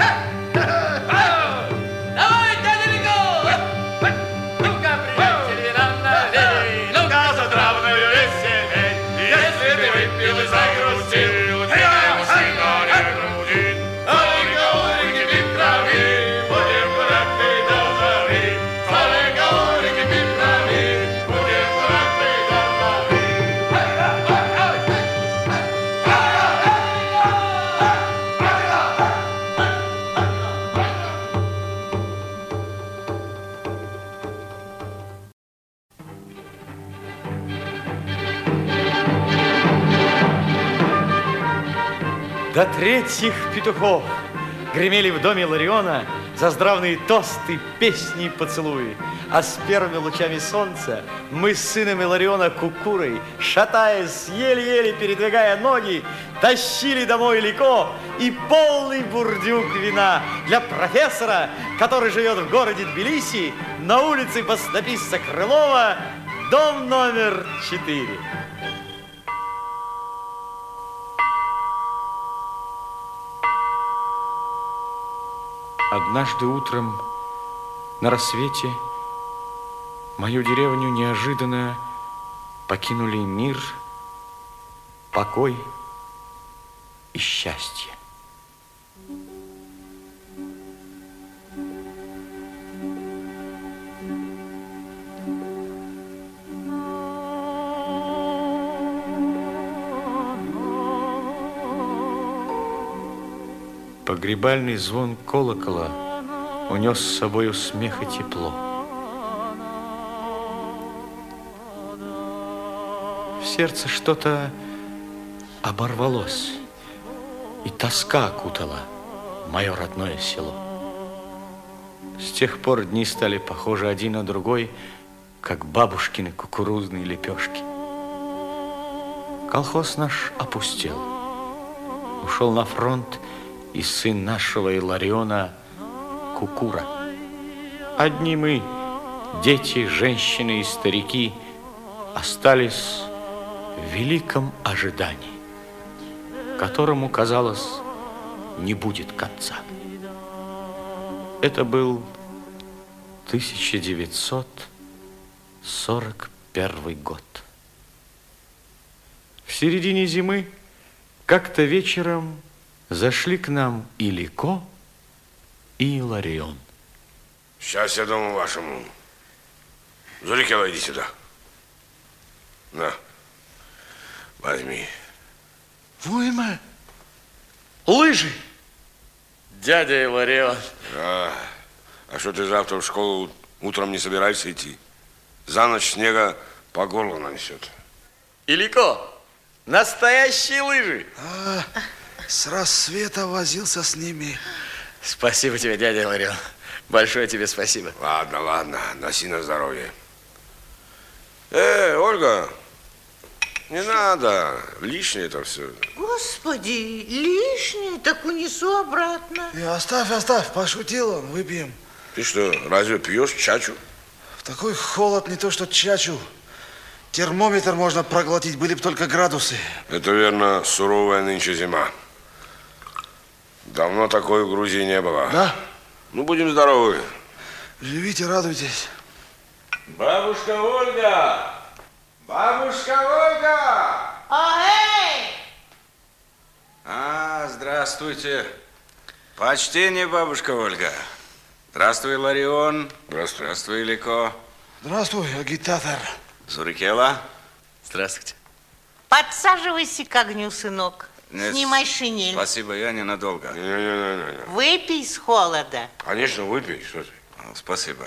Давай, дядя Лико. Ну-ка, приятель, вина налей, ну-ка, за здравную веселей. Если ты выпил и загрузил, ты не мужчина, не грузи. Соль каорики пив крови, будем гулять мы до зари. Соль каорики пив крови, будем гулять мы до зари. До третьих петухов гремели в доме Лариона заздравные тосты, песни и поцелуи. А с первыми лучами солнца мы с сыном Илариона Кукурой, шатаясь, еле-еле передвигая ноги, тащили домой Лико и полный бурдюк вина для профессора, который живет в городе Тбилиси на улице баснописца Крылова, дом номер четыре. Однажды утром на рассвете мою деревню неожиданно покинули мир, покой и счастье. Погребальный звон колокола унес с собою смех и тепло. В сердце что-то оборвалось, и тоска окутала мое родное село. С тех пор дни стали похожи один на другой, как бабушкины кукурузные лепешки. Колхоз наш опустел, ушел на фронт и сын нашего Илариона Кукура. Одни мы, дети, женщины и старики, остались в великом ожидании, которому, казалось, не будет конца. Это был тысяча девятьсот сорок первый год. В середине зимы как-то вечером зашли к нам и Лико, и Иларион. Счастья дому вашему. Зурикела, иди сюда. На, возьми. Уйма, лыжи. Дядя Иларион. А, а что ты завтра в школу утром не собираешься идти? За ночь снега по горло нанесет. И Лико, настоящие лыжи. А, с рассвета возился с ними. Спасибо тебе, дядя Иларион. Большое тебе спасибо. Ладно, ладно, носи на здоровье. Э, Ольга, не надо, лишнее это все. Господи, лишнее, так унесу обратно. И оставь, оставь, пошутил он, выпьем. Ты что, разве пьешь чачу? В такой холод не то что чачу. Термометр можно проглотить, были бы только градусы. Это верно, суровая нынче зима. Давно такой в Грузии не было. Да? Ну, будем здоровы. Живите, радуйтесь. Бабушка Ольга! Бабушка Ольга! А, эй! А, здравствуйте. Почтение, бабушка Ольга. Здравствуй, Ларион. Здравствуй. Здравствуй, Лико. Здравствуй, агитатор. Зурикела. Здравствуйте. Подсаживайся к огню, сынок. Нет, Снимай шинель. Спасибо, я ненадолго. Не-не-не. Выпей с холода. Конечно, выпей, что ты. О, спасибо.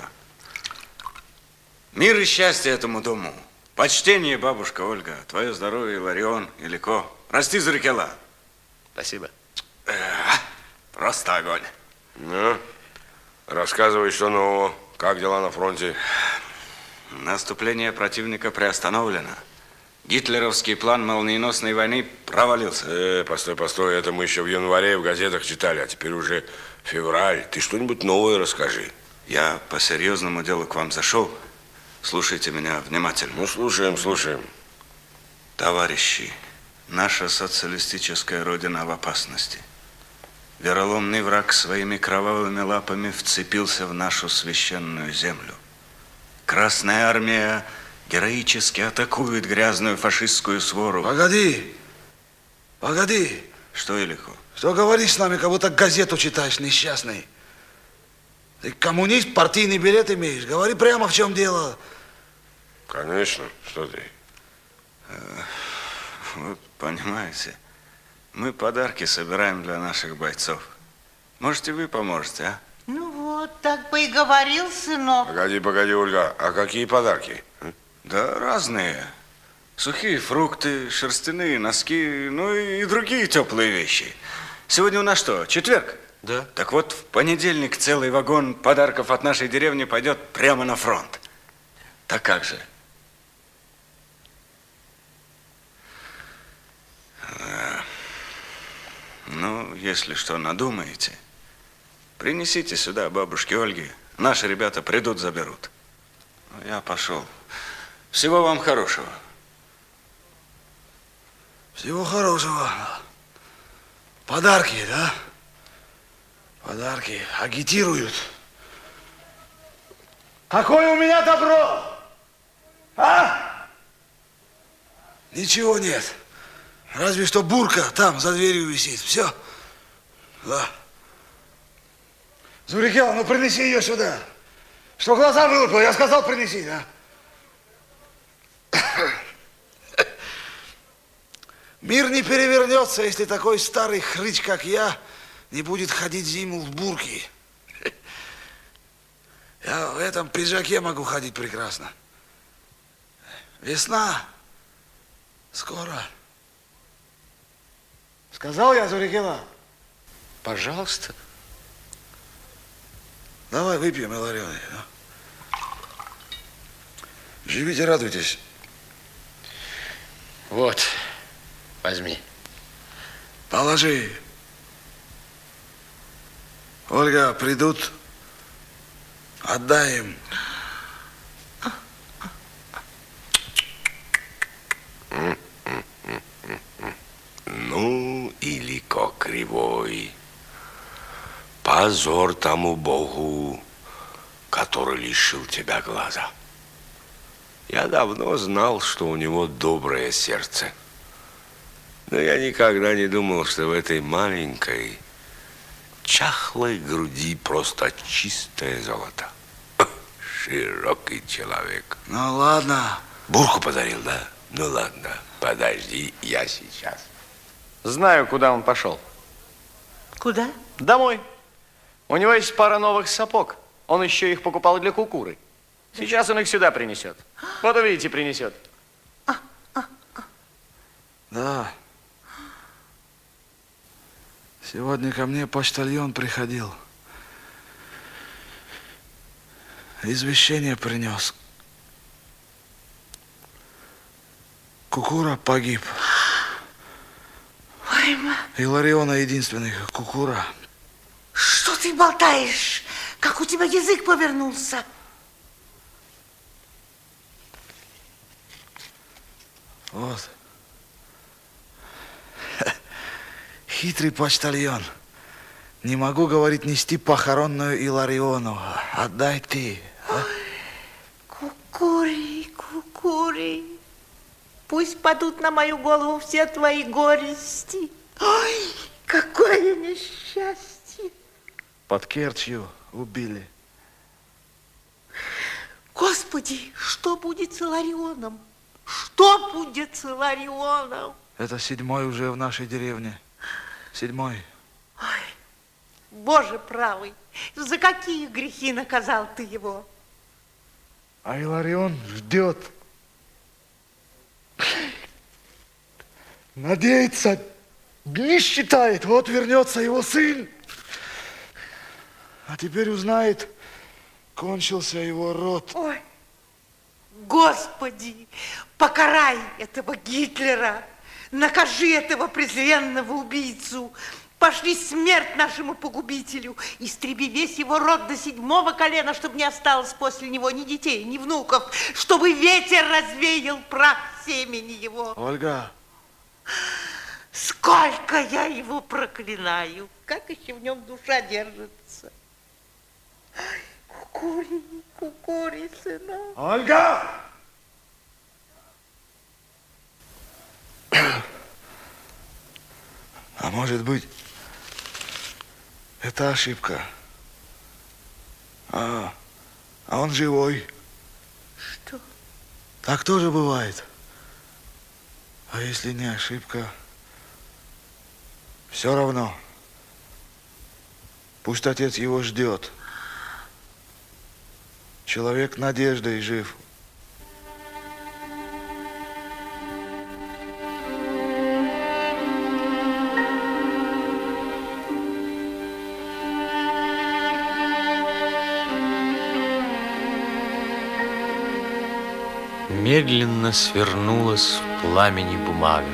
Мир и счастье этому дому. Почтение, бабушка Ольга. Твое здоровье, Ларион и Лико. Расти, Зурикела. Спасибо. Э, просто огонь. Ну, рассказывай, что нового. Как дела на фронте? Наступление противника приостановлено. Гитлеровский план молниеносной войны провалился. Э, постой, постой, это мы еще в январе в газетах читали, а теперь уже февраль. Ты что-нибудь новое расскажи. Я по серьезному делу к вам зашел. Слушайте меня внимательно. Ну, слушаем, слушаем. Товарищи, наша социалистическая родина в опасности. Вероломный враг своими кровавыми лапами вцепился в нашу священную землю. Красная армия героически атакует грязную фашистскую свору. Погоди, погоди. Что, Илико? Что говоришь с нами, как будто газету читаешь, несчастный? Ты коммунист, партийный билет имеешь. Говори прямо, в чем дело. Конечно, что ты? Вот, понимаете, мы подарки собираем для наших бойцов. Можете вы поможете, а? Ну вот, так бы и говорил, сынок. Погоди, погоди, Ольга, а какие подарки? Да разные. Сухие фрукты, шерстяные носки, ну и другие теплые вещи. Сегодня у нас что, четверг? Да. Так вот, в понедельник целый вагон подарков от нашей деревни пойдет прямо на фронт. Так как же? Ну, если что надумаете, принесите сюда бабушке Ольге. Наши ребята придут, заберут. Я пошел. Всего вам хорошего. Всего хорошего. Подарки, да? Подарки агитируют. Какое у меня добро? А? Ничего нет. Разве что бурка там за дверью висит. Все. Да. Зурикела, ну принеси ее сюда. Что глаза вылупил, я сказал принеси, да? Мир не перевернется, если такой старый хрыч, как я, не будет ходить зиму в бурке. Я в этом пиджаке могу ходить прекрасно. Весна. Скоро. Сказал я, Зурикела? Пожалуйста. Давай выпьем, Иларион. Живите, радуйтесь. Вот, возьми. Положи. Ольга, придут, отдай им. Ну, Илико кривой, позор тому Богу, который лишил тебя глаза. Я давно знал, что у него доброе сердце. Но я никогда не думал, что в этой маленькой, чахлой груди просто чистое золото. Широкий человек. Ну, ладно. Бурку подарил, да? Ну, ладно, подожди, я сейчас. Знаю, куда он пошел. Куда? Домой. У него есть пара новых сапог. Он еще их покупал для кукуры. Сейчас он их сюда принесет. Вот увидите, принесет. Да. Сегодня ко мне почтальон приходил. извещение принес. Кукура погиб. Ой, ма... Илариона единственный Кукура. Что ты болтаешь? Как у тебя язык повернулся? Вот. Хитрый почтальон. Не могу, говорит, нести похоронную Илариону. Отдай ты. А? Кукури, кукури. Пусть падут на мою голову все твои горести. Ой, какое несчастье. Под Керчью убили. Господи, что будет с Иларионом? Что будет с Иларионом? Это седьмой уже в нашей деревне. Седьмой. Ой, Боже правый, за какие грехи наказал ты его? А Иларион ждет. Надеется, дни считает, вот вернется его сын. А теперь узнает, кончился его род. Ой, Господи, покарай этого Гитлера, накажи этого презренного убийцу, пошли смерть нашему погубителю, истреби весь его род до седьмого колена, чтобы не осталось после него ни детей, ни внуков, чтобы ветер развеял прах семени его. Ольга. Сколько я его проклинаю, как еще в нем душа держится. Кукури, кукури, сынок. Ольга! А может быть, это ошибка. А, а он живой. Что? Так тоже бывает. А если не ошибка, все равно. Пусть отец его ждет. Человек надеждой жив. Медленно свернулась в пламени бумага.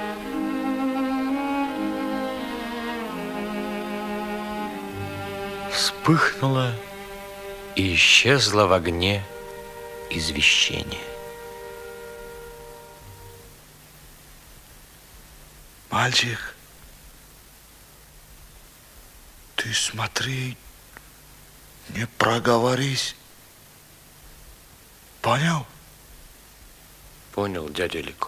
Вспыхнула и исчезла в огне извещение. Мальчик, ты смотри, не проговорись. Понял? Понял, дядя Лико.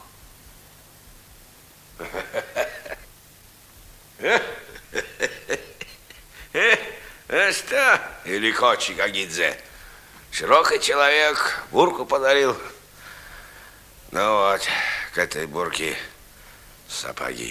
Ну что, Илико Чикагидзе, широкий человек, бурку подарил. Ну вот, к этой бурке сапоги.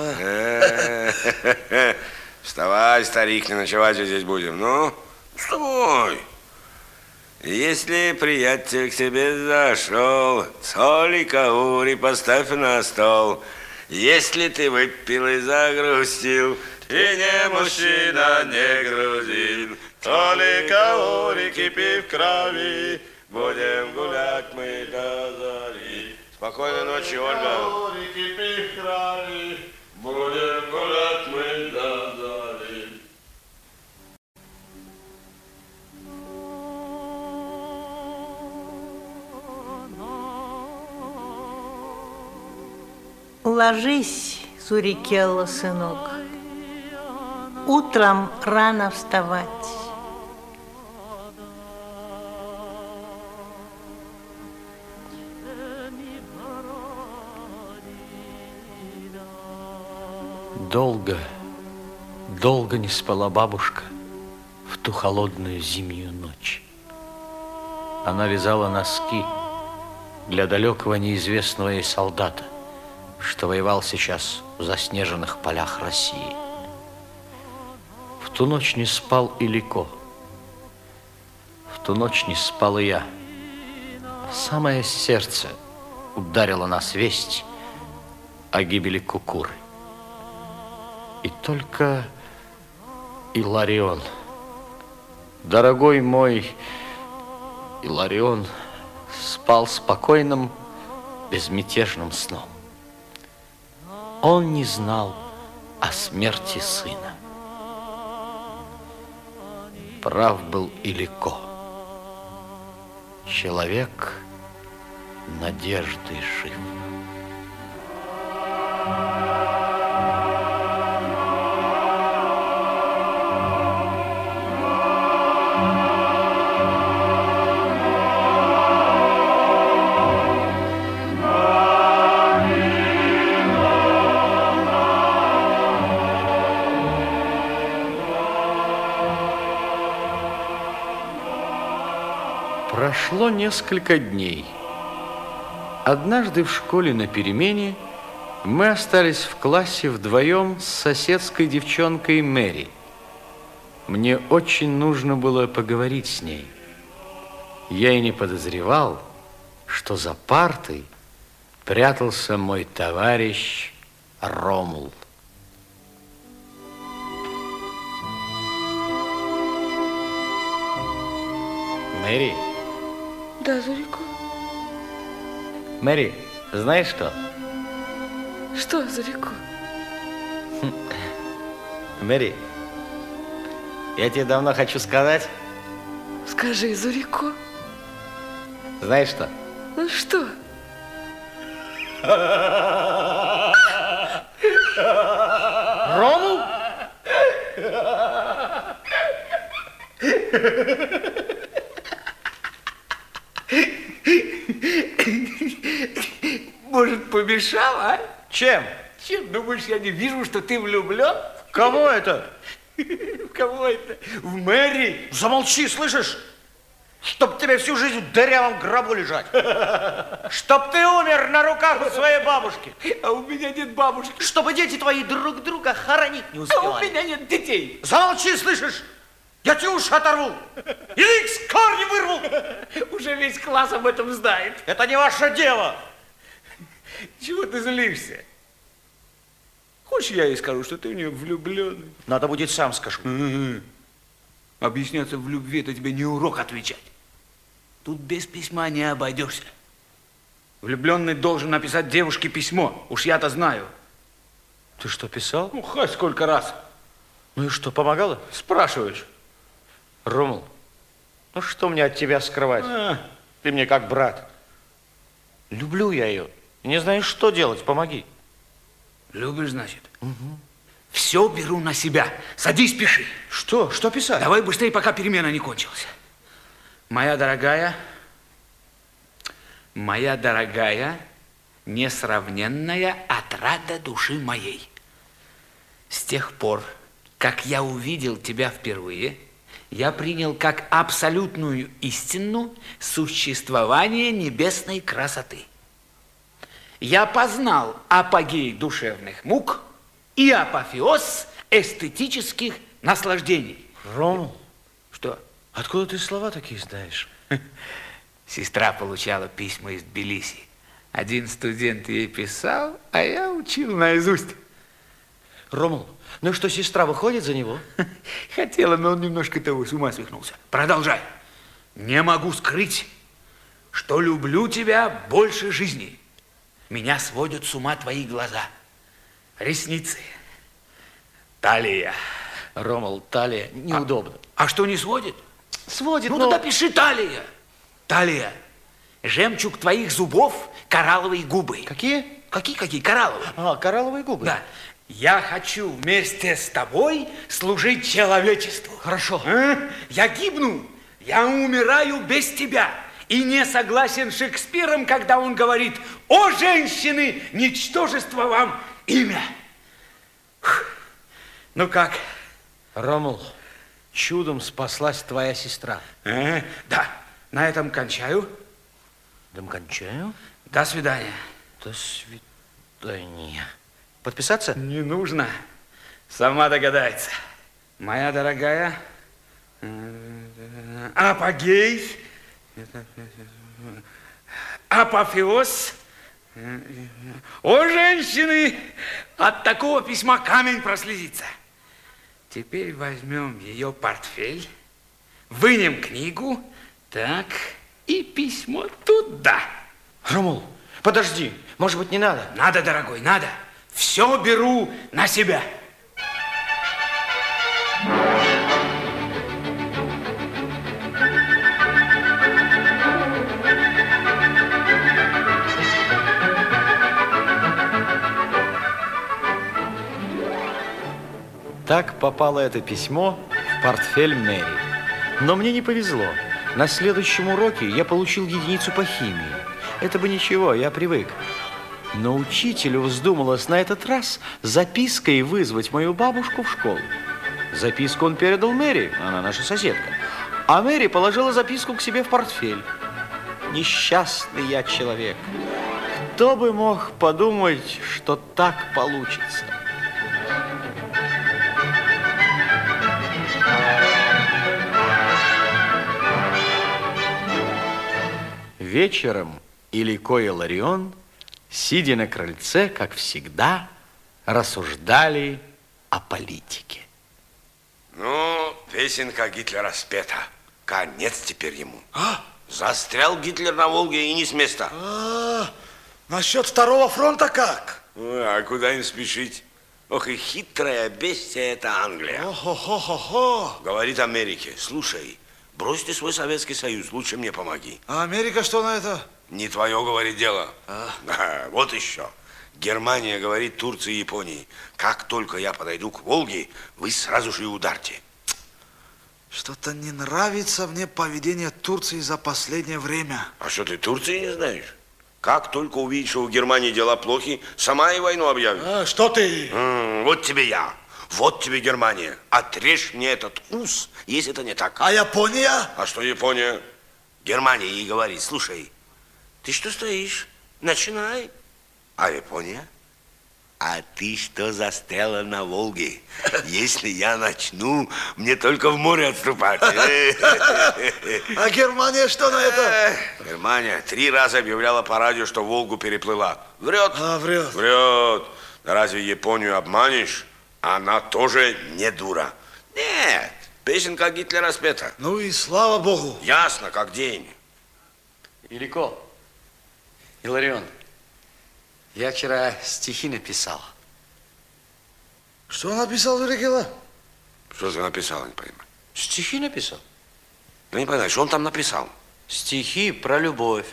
Вставай, старик, не ночевать здесь будем. Ну, вставай. Если приятель к тебе зашел, соли каури поставь на стол. Если ты выпил и загрустил, ты не мужчина, не грузин. Соли каури кипи в крови, будем гулять мы до зари. Спокойной ночи, Ольга. Каури кипи в крови, будем гулять мы до зари. Ложись, Сурикелло, сынок. Утром рано вставать. Долго, долго не спала бабушка в ту холодную зимнюю ночь. Она вязала носки для далекого неизвестного ей солдата, что воевал сейчас в заснеженных полях России. В ту ночь не спал и Лико. В ту ночь не спал и я. В самое сердце ударила нас весть о гибели Кукуры. И только Иларион, дорогой мой Иларион спал спокойным, безмятежным сном. Он не знал о смерти сына. Прав был Илико. Человек надежды жив. Прошло несколько дней. Однажды в школе на перемене мы остались в классе вдвоем с соседской девчонкой Мэри. Мне очень нужно было поговорить с ней. Я и не подозревал, что за партой прятался мой товарищ Ромул. Мэри. Да, Зурико. Мэри, знаешь что? Что, Зурико? Мэри, я тебе давно хочу сказать. Скажи, Зурико. Знаешь что? Ну что? Ромул? Может, помешал, а? Чем? Чем? Думаешь, я не вижу, что ты влюблен? В кого это? В кого это? В Мэри. Замолчи, слышишь? Чтоб тебе всю жизнь в дырявом гробу лежать. Чтоб ты умер на руках у своей бабушки. А у меня нет бабушки. Чтобы дети твои друг друга хоронить не успевали. А у меня нет детей. Замолчи, слышишь? Я тебе уши оторву. Или с корнем вырву. Уже весь класс об этом знает. Это не ваше дело. Чего ты злишься? Хочешь, я ей скажу, что ты в нее влюбленный? Надо будет, сам скажу. Угу. Объясняться в любви – это тебе не урок отвечать. Тут без письма не обойдешься. Влюбленный должен написать девушке письмо. Уж я-то знаю. Ты что, писал? Ну, хоть сколько раз. Ну и что, помогало? Спрашиваешь. Ромул, ну что мне от тебя скрывать? А. Ты мне как брат. Люблю я ее. Не знаю, что делать, помоги. Любишь, значит? Угу. Все беру на себя. Садись, пиши. Что? Что писать? Давай быстрее, пока перемена не кончилась. Моя дорогая, моя дорогая, несравненная отрада души моей. С тех пор, как я увидел тебя впервые, я принял как абсолютную истину существование небесной красоты. Я познал апогей душевных мук и апофеоз эстетических наслаждений. Ром, что? Откуда ты слова такие знаешь? Сестра получала письма из Тбилиси. Один студент ей писал, а я учил наизусть. Ромул, ну что, сестра выходит за него? Хотела, но он немножко того, с ума свихнулся. Продолжай. Не могу скрыть, что люблю тебя больше жизни. Меня сводят с ума твои глаза, ресницы, талия. Ромул, талия неудобно. А, а что не сводит? Сводит, ну, но... тогда пиши талия. Талия. Жемчуг твоих зубов, коралловые губы. Какие? Какие-какие? Коралловые. А, коралловые губы. Да. Я хочу вместе с тобой служить человечеству. Хорошо. А? Я гибну, я умираю без тебя. И не согласен с Шекспиром, когда он говорит: «О, женщины, ничтожество вам имя!» Фух. Ну как? Ромул, чудом спаслась твоя сестра. А, да, на этом кончаю. Да, кончаю. До свидания. До свидания. Подписаться? Не нужно. Сама догадается. Моя дорогая, апогей, апофеоз. О, женщины, от такого письма камень прослезится. Теперь возьмем ее портфель, вынем книгу. Так, и письмо туда. Ромул, подожди, может быть, не надо? Надо, дорогой, надо. Все беру на себя. Так попало это письмо в портфель Мэри. Но мне не повезло. На следующем уроке я получил единицу по химии. Это бы ничего, я привык. Но учителю вздумалось на этот раз запиской вызвать мою бабушку в школу. Записку он передал Мэри, она наша соседка. А Мэри положила записку к себе в портфель. Несчастный я человек. Кто бы мог подумать, что так получится? Вечером Илико и Ларион, сидя на крыльце, как всегда, рассуждали о политике. Ну, песенка Гитлера спета. Конец теперь ему. А? Застрял Гитлер на Волге и не с места. А, насчет второго фронта как? А куда им спешить? Ох, и хитрая бестия это Англия. О-хо-хо-хо-хо. Говорит Америке: слушай, брось ты свой Советский Союз, лучше мне помоги. А Америка что на это? Не твое, говорит, дело. А? А, вот еще. Германия говорит Турции и Японии: как только я подойду к Волге, вы сразу же и ударьте. Что-то не нравится мне поведение Турции за последнее время. А что, ты Турции не знаешь? Как только увидишь, что у Германии дела плохи, сама и войну объявит. А, что ты? М-м, вот тебе я. Вот тебе Германия. Отрежь мне этот ус, если это не так. А Япония? А что Япония? Германия ей говорит: слушай, ты что стоишь? Начинай. А Япония? А ты что застряла на Волге? Если я начну, мне только в море отступать. А Германия что на это? Германия три раза объявляла по радио, что Волгу переплыла. Врет. А, врет. Врет. Да разве Японию обманешь? Она тоже не дура. Нет, песенка Гитлера спета. Ну и слава богу. Ясно, как день. Илико, Иларион, я вчера стихи написал. Что написал Великила? Что ты написал, не понимаю. Стихи написал? Да не понимаю, что он там написал? Стихи про любовь.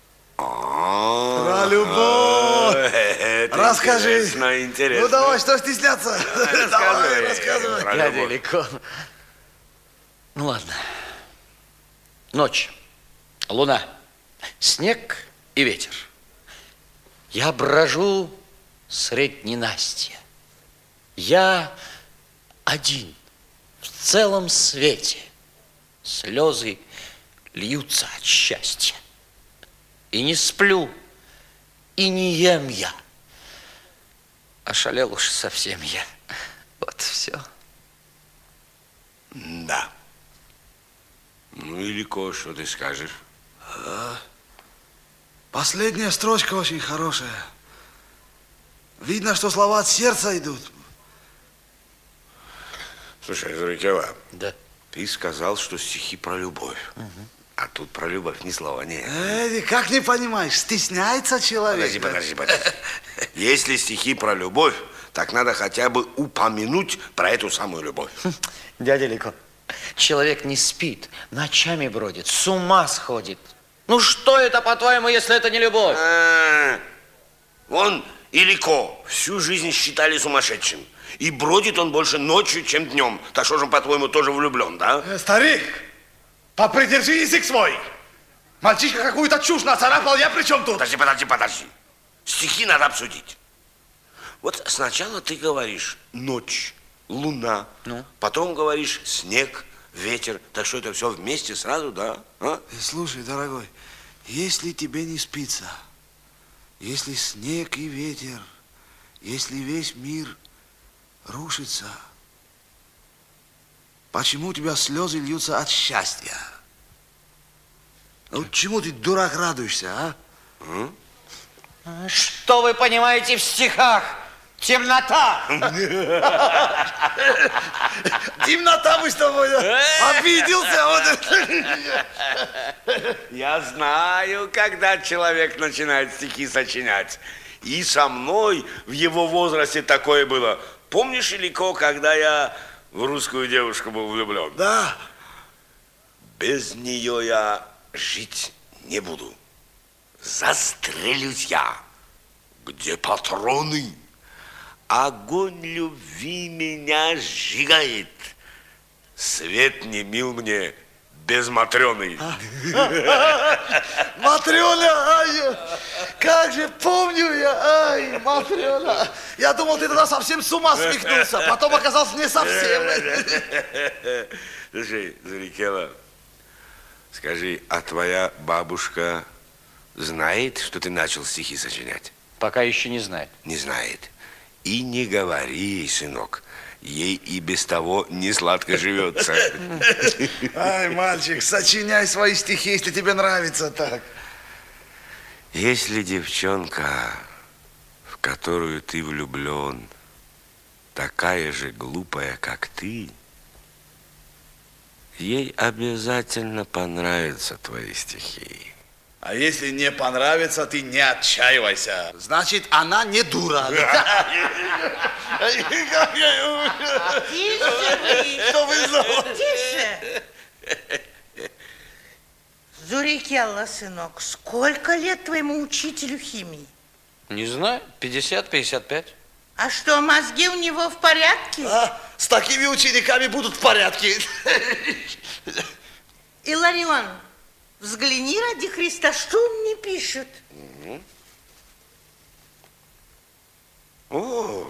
Про любовь. Расскажи. Интересно, интересно. Ну давай, что стесняться? Давай, рассказывай. Дядя Илико. Ну ладно. Ночь, луна, снег и ветер. Я брожу средь ненастья. Я один в целом свете. Слезы льются от счастья. И не сплю, и не ем я. Ошалел уж совсем я. Вот все. Да. Ну, Илико, что ты скажешь? А, последняя строчка очень хорошая. Видно, что слова от сердца идут. Слушай, Зурикева, да. Ты сказал, что стихи про любовь. Угу. А тут про любовь ни слова нет. Эй, как не понимаешь, стесняется человек. Подожди, подожди, подожди. Если стихи про любовь, так надо хотя бы упомянуть про эту самую любовь. Дядя Илико, человек не спит, ночами бродит, с ума сходит. Ну что это, по-твоему, если это не любовь? А-а-а. Вон Илико всю жизнь считали сумасшедшим. И бродит он больше ночью, чем днем. Так что же он, по-твоему, тоже влюблен, да? Э, старик, попридержи язык свой. Мальчишка какую-то чушь нацарапал, я при чем тут? Подожди, подожди, подожди. Стихи надо обсудить. Вот сначала ты говоришь ночь, луна, ну? Потом говоришь снег, ветер. Так что это все вместе сразу, да? А? Слушай, дорогой, если тебе не спится, если снег и ветер, если весь мир рушится, почему у тебя слезы льются от счастья? Ну, чему ты, дурак, радуешься, а? М? Что вы понимаете в стихах? Темнота! Темнота мы с тобой. Обиделся. Я знаю, когда человек начинает стихи сочинять. И со мной в его возрасте такое было. Помнишь, Илико, когда я в русскую девушку был влюблен? Да. Без нее я жить не буду. Застрелюсь я. Где патроны? Огонь любви меня сжигает. Свет не мил мне без Матрёны. Матрёна, ай, как же помню я, ай, Матрёна. Я думал, ты тогда совсем с ума свихнулся, потом оказался не совсем. Слушай, Зурикела, скажи, а твоя бабушка знает, что ты начал стихи сочинять? Пока еще не знает. Не знает. И не говори ей, сынок. Ей и без того не сладко живется. Ай, мальчик, сочиняй свои стихи, если тебе нравится так. Если девчонка, в которую ты влюблен, такая же глупая, как ты, ей обязательно понравятся твои стихи. А если не понравится, ты не отчаивайся. Значит, она не дура. Тише. Зурикелла, сынок, сколько лет твоему учителю химии? Не знаю, пятьдесят пятьдесят пять. А что, мозги у него в порядке? А, с такими учениками будут в порядке. Иларион, взгляни ради Христа, что он мне пишет. О,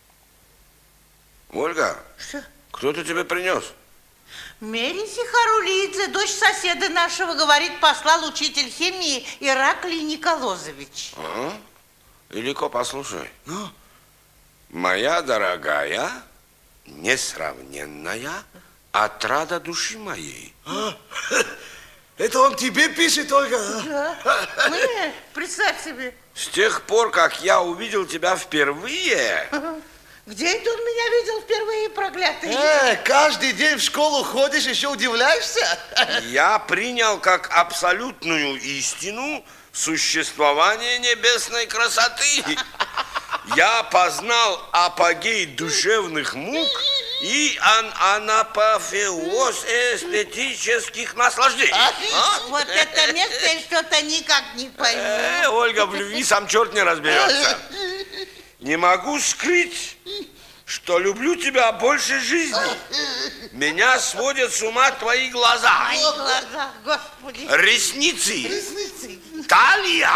Ольга, что? Кто-то тебе принес? Мериси Харулидзе, дочь соседа нашего, говорит, послал учитель химии Ираклий Николозович. Ага. Илико, послушай. Ну? Моя дорогая, несравненная, отрада души моей. А? Это он тебе пишет, Ольга? Да. Мне, представь себе. С тех пор, как я увидел тебя впервые... Где это он меня видел впервые, проклятый? Э, каждый день в школу ходишь, еще удивляешься? Я принял как абсолютную истину существование небесной красоты. Я познал апогей душевных мук и ан анапофеоз эстетических наслаждений. А? Вот это место я что-то никак не пойму. Э, Ольга, в любви сам черт не разберется. Не могу скрыть, что люблю тебя больше жизни. Меня сводят с ума твои глаза. Мои глаза, Господи. Ресницы. Ресницы. Талия.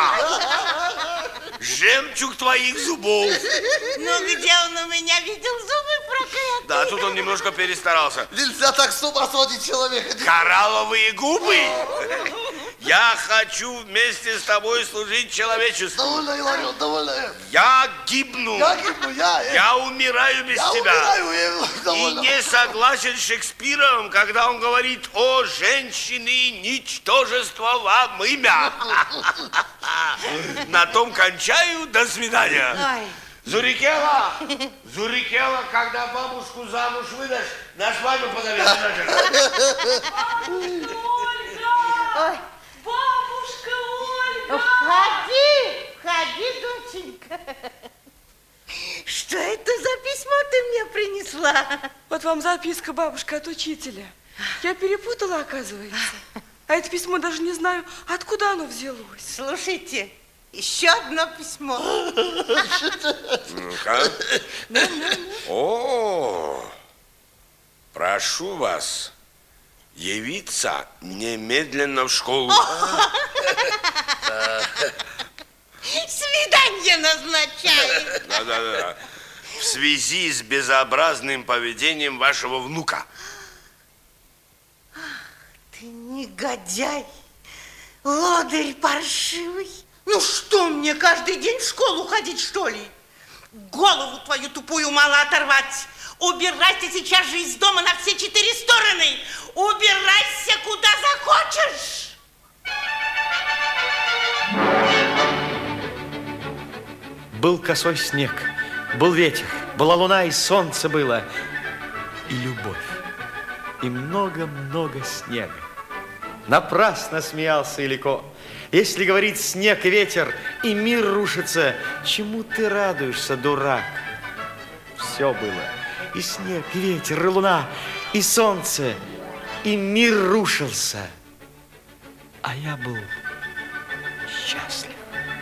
Жемчуг твоих зубов. Ну, где он у меня видел зубы, проклятый? Да, тут он немножко перестарался. Нельзя так с ума сводить человека. Коралловые губы. Я хочу вместе с тобой служить человечеству. Довольно, Иларион, довольно. Я гибну. Я гибну, я. Я умираю без я тебя. Умираю, и не согласен с Шекспиром, когда он говорит: о, женщины, ничтожество вам имя. На том кончаю. До свидания. Ой. Зурикела, Зурикела, когда бабушку замуж выдашь, на свадьбу позовешь. Ой. Бабушка Ольга! Входи, входи, доченька. Что это за письмо ты мне принесла? Вот вам записка, бабушка, от учителя. Я перепутала, оказывается. А это письмо даже не знаю, откуда оно взялось. Слушайте, еще одно письмо. Ну-ка. О, прошу вас явиться немедленно в школу. Свидание назначаем. Да-да-да. В связи с безобразным поведением вашего внука. Ах, ты негодяй, лодырь паршивый. Ну что, мне каждый день в школу ходить, что ли? Голову твою тупую мало оторвать. Убирайся сейчас же из дома на все четыре стороны. Убирайся куда захочешь. Был косой снег, был ветер, была луна и солнце было, и любовь. и много-много снега. Напрасно смеялся Илико. Если говорит снег и ветер, и мир рушится, чему ты радуешься, дурак? Все было. И снег, и ветер, и луна, и солнце, и мир рушился. А я был счастлив.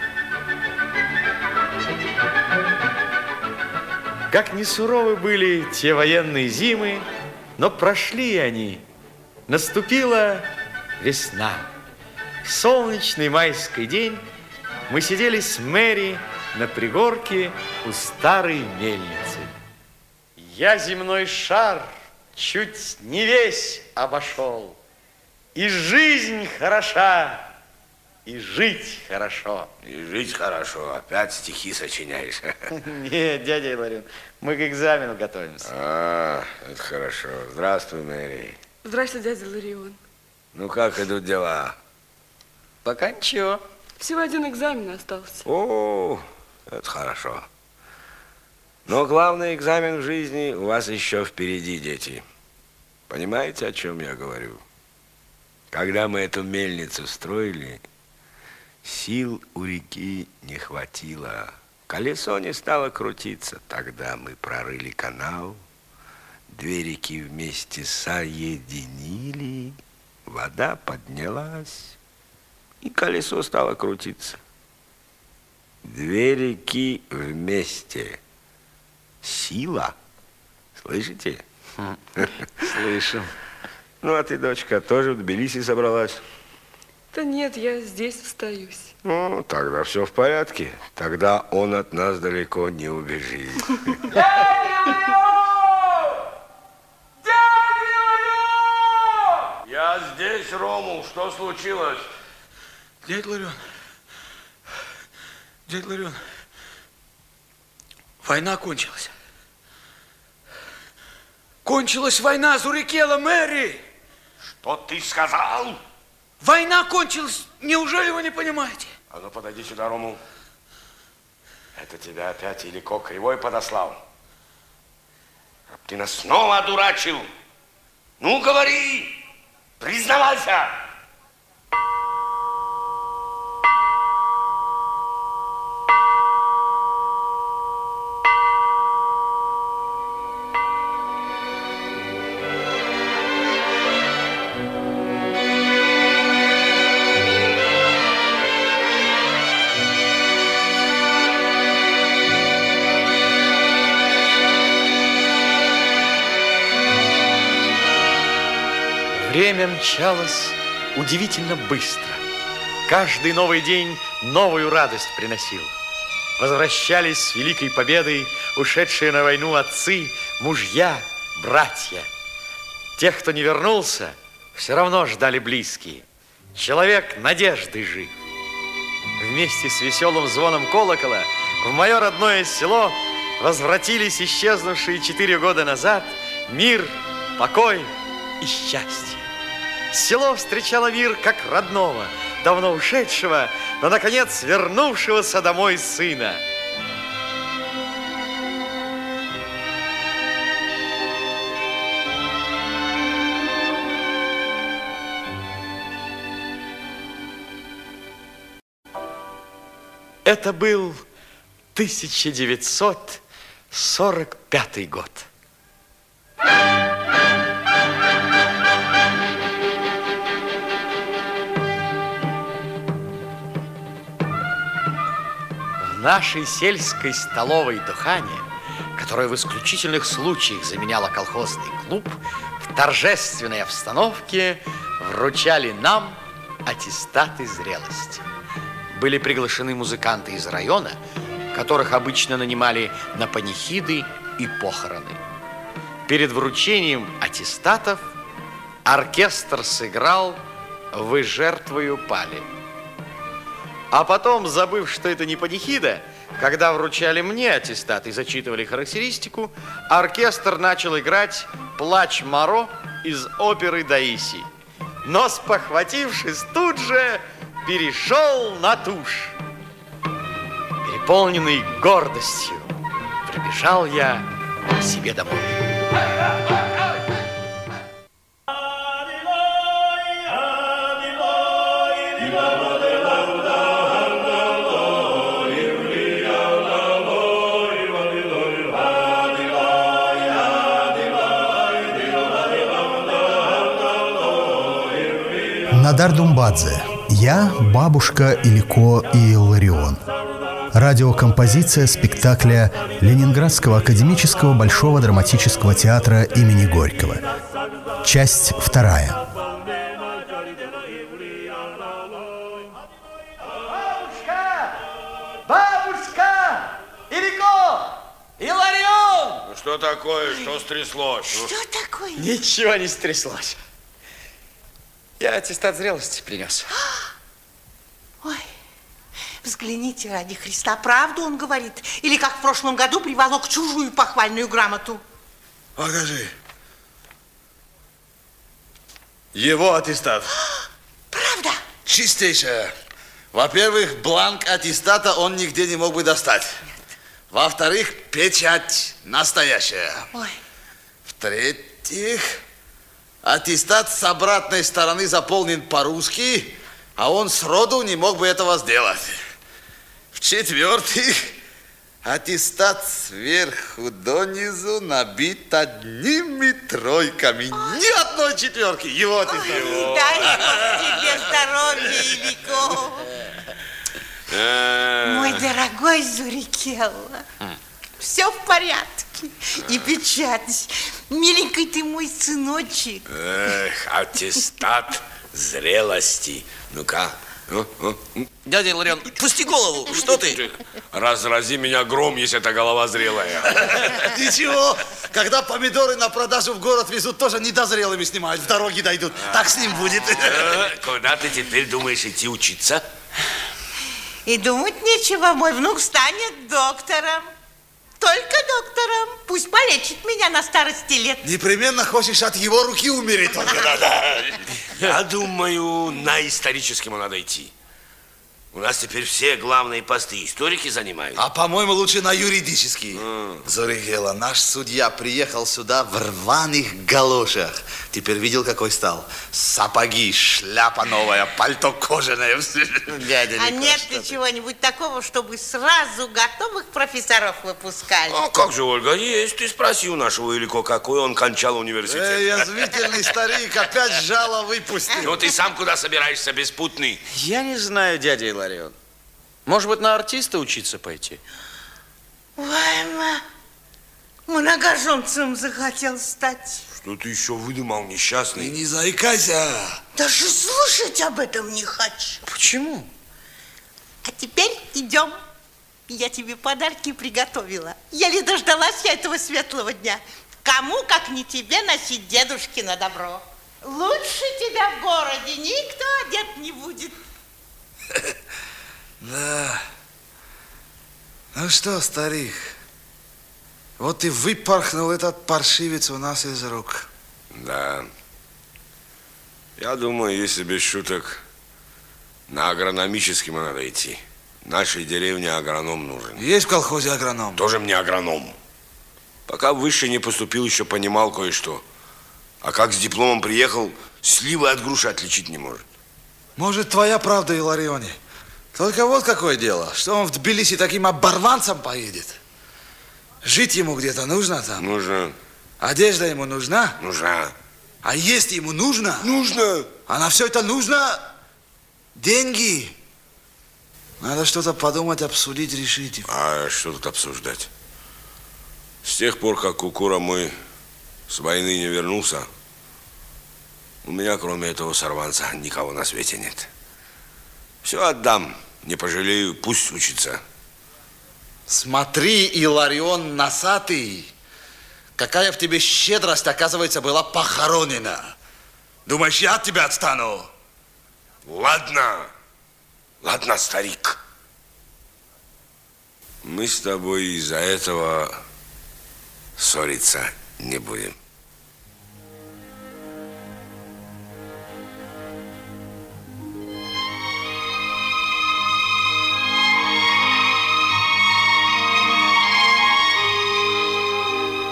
Как ни суровы были те военные зимы, но прошли они. Наступила весна. В солнечный майский день мы сидели с Мэри на пригорке у старой мельницы. Я земной шар чуть не весь обошел. И жизнь хороша, и жить хорошо. И жить хорошо. Опять стихи сочиняешь. Нет, дядя Иларион, мы к экзамену готовимся. А, это хорошо. Здравствуй, Мэри. Здравствуй, дядя Иларион. Ну, как идут дела? Пока ничего. Всего один экзамен остался. О, это хорошо. Но главный экзамен в жизни у вас еще впереди, дети. Понимаете, о чем я говорю? Когда мы эту мельницу строили, сил у реки не хватило. Колесо не стало крутиться. Тогда мы прорыли канал, две реки вместе соединили, вода поднялась, и колесо стало крутиться. Две реки вместе. Сила. Слышите? Слышим. Ну, а ты, дочка, тоже в Тбилиси собралась? Да нет, я здесь остаюсь. Ну, тогда все в порядке. Тогда он от нас далеко не убежит. Я здесь, Ромул. Что случилось? Дядя Ларион, дядя Ларион, война кончилась. Кончилась война, Зурикела, Мэри! Что ты сказал? Война кончилась, неужели вы не понимаете? А ну, подойди сюда, Ромул. Это тебя опять Илико Кривой подослал. Ты нас снова одурачил. Ну, говори, признавайся. Время мчалось удивительно быстро. Каждый новый день новую радость приносил. Возвращались с великой победой ушедшие на войну отцы, мужья, братья. Тех, кто не вернулся, все равно ждали близкие. Человек надежды жив. Вместе с веселым звоном колокола в мое родное село возвратились исчезнувшие четыре года назад мир, покой и счастье. Село встречало мир как родного, давно ушедшего, но, наконец, вернувшегося домой сына. Это был тысяча девятьсот сорок пятый год. В нашей сельской столовой Тухане, которая в исключительных случаях заменяла колхозный клуб, в торжественной обстановке вручали нам аттестаты зрелости. Были приглашены музыканты из района, которых обычно нанимали на панихиды и похороны. Перед вручением аттестатов оркестр сыграл «Вы жертвою пали». А потом, забыв, что это не панихида, когда вручали мне аттестат и зачитывали характеристику, оркестр начал играть «Плач Моро» из оперы «Даиси». Но, спохватившись, тут же перешел на тушь. Переполненный гордостью, прибежал я к себе домой. Надар Думбадзе. Я, бабушка Илико и Илларион. Радиокомпозиция спектакля Ленинградского академического Большого драматического театра имени Горького. Часть вторая. Бабушка! Бабушка! Илико! Илларион! Ну что такое? Что стряслось? Что такое? Ничего не стряслось. Я аттестат зрелости принес. Ой, взгляните, ради Христа, правду он говорит? Или как в прошлом году приволок чужую похвальную грамоту? Покажи. Его аттестат. Правда? Чистейшая. Во-первых, бланк аттестата он нигде не мог бы достать. Во-вторых, печать настоящая. Ой. В-третьих, аттестат с обратной стороны заполнен по-русски, а он сроду не мог бы этого сделать. В-четвертых, аттестат сверху донизу набит одними тройками. Ой. Ни одной четверки. Его аттестат. Ой, дай Бог тебе здоровья, Илико. Мой дорогой Зурикелла, все в порядке. И печать. Миленький ты мой сыночек. Эх, аттестат зрелости. Ну-ка. Дядя Илларион, пусти голову. Что ты? Разрази меня гром, если эта голова зрелая. Ничего, когда помидоры на продажу в город везут, тоже недозрелыми снимают, в дороге дойдут. Так с ним будет. Куда ты теперь думаешь идти учиться? И думать нечего, мой внук станет доктором. Только доктором. Пусть полечит меня на старости лет. Непременно хочешь от его руки умереть только надо. Я думаю, на историческому надо идти. У нас теперь все главные посты историки занимают. А по-моему, лучше на юридический. Mm. Зурикелла, наш судья приехал сюда в рваных галошах. Теперь видел, какой стал? Сапоги, шляпа новая, пальто кожаное. Дядя а нет ли чего-нибудь такого, чтобы сразу готовых профессоров выпускали? А как же, Ольга, есть. Ты спроси у нашего Илико, какой он кончал университет. Эй, язвительный старик, опять жало выпустил. Ну ты сам куда собираешься, беспутный? Я не знаю, дядя Илларион. Может быть, на артиста учиться пойти? Ой, многоженцем захотел стать. Что ты еще выдумал, несчастный? Ты не заикайся. Даже слушать об этом не хочу. Почему? А теперь идем. Я тебе подарки приготовила. Еле дождалась я этого светлого дня. Кому, как не тебе, носить дедушкино добро? Лучше тебя в городе никто одет не будет. Да. Ну что, старик, вот и выпорхнул этот паршивец у нас из рук. Да. Я думаю, если без шуток, на агрономический надо идти. Нашей деревне агроном нужен. Есть в колхозе агроном? Тоже мне агроном. Пока выше не поступил, еще понимал кое-что. А как с дипломом приехал, сливы от груши отличить не может. Может, твоя правда, Илларионе. Только вот какое дело, что он в Тбилиси таким оборванцем поедет. Жить ему где-то нужно там? Нужно. Одежда ему нужна? Нужна. А есть ему нужно? Нужно. А на все это нужно деньги. Надо что-то подумать, обсудить, решить. А что тут обсуждать? С тех пор, как Кукура мой с войны не вернулся, у меня, кроме этого сорванца, никого на свете нет. Все отдам, не пожалею, пусть учится. Смотри, Илларион носатый, какая в тебе щедрость, оказывается, была похоронена. Думаешь, я от тебя отстану? Ладно, ладно, старик. Мы с тобой из-за этого ссориться не будем.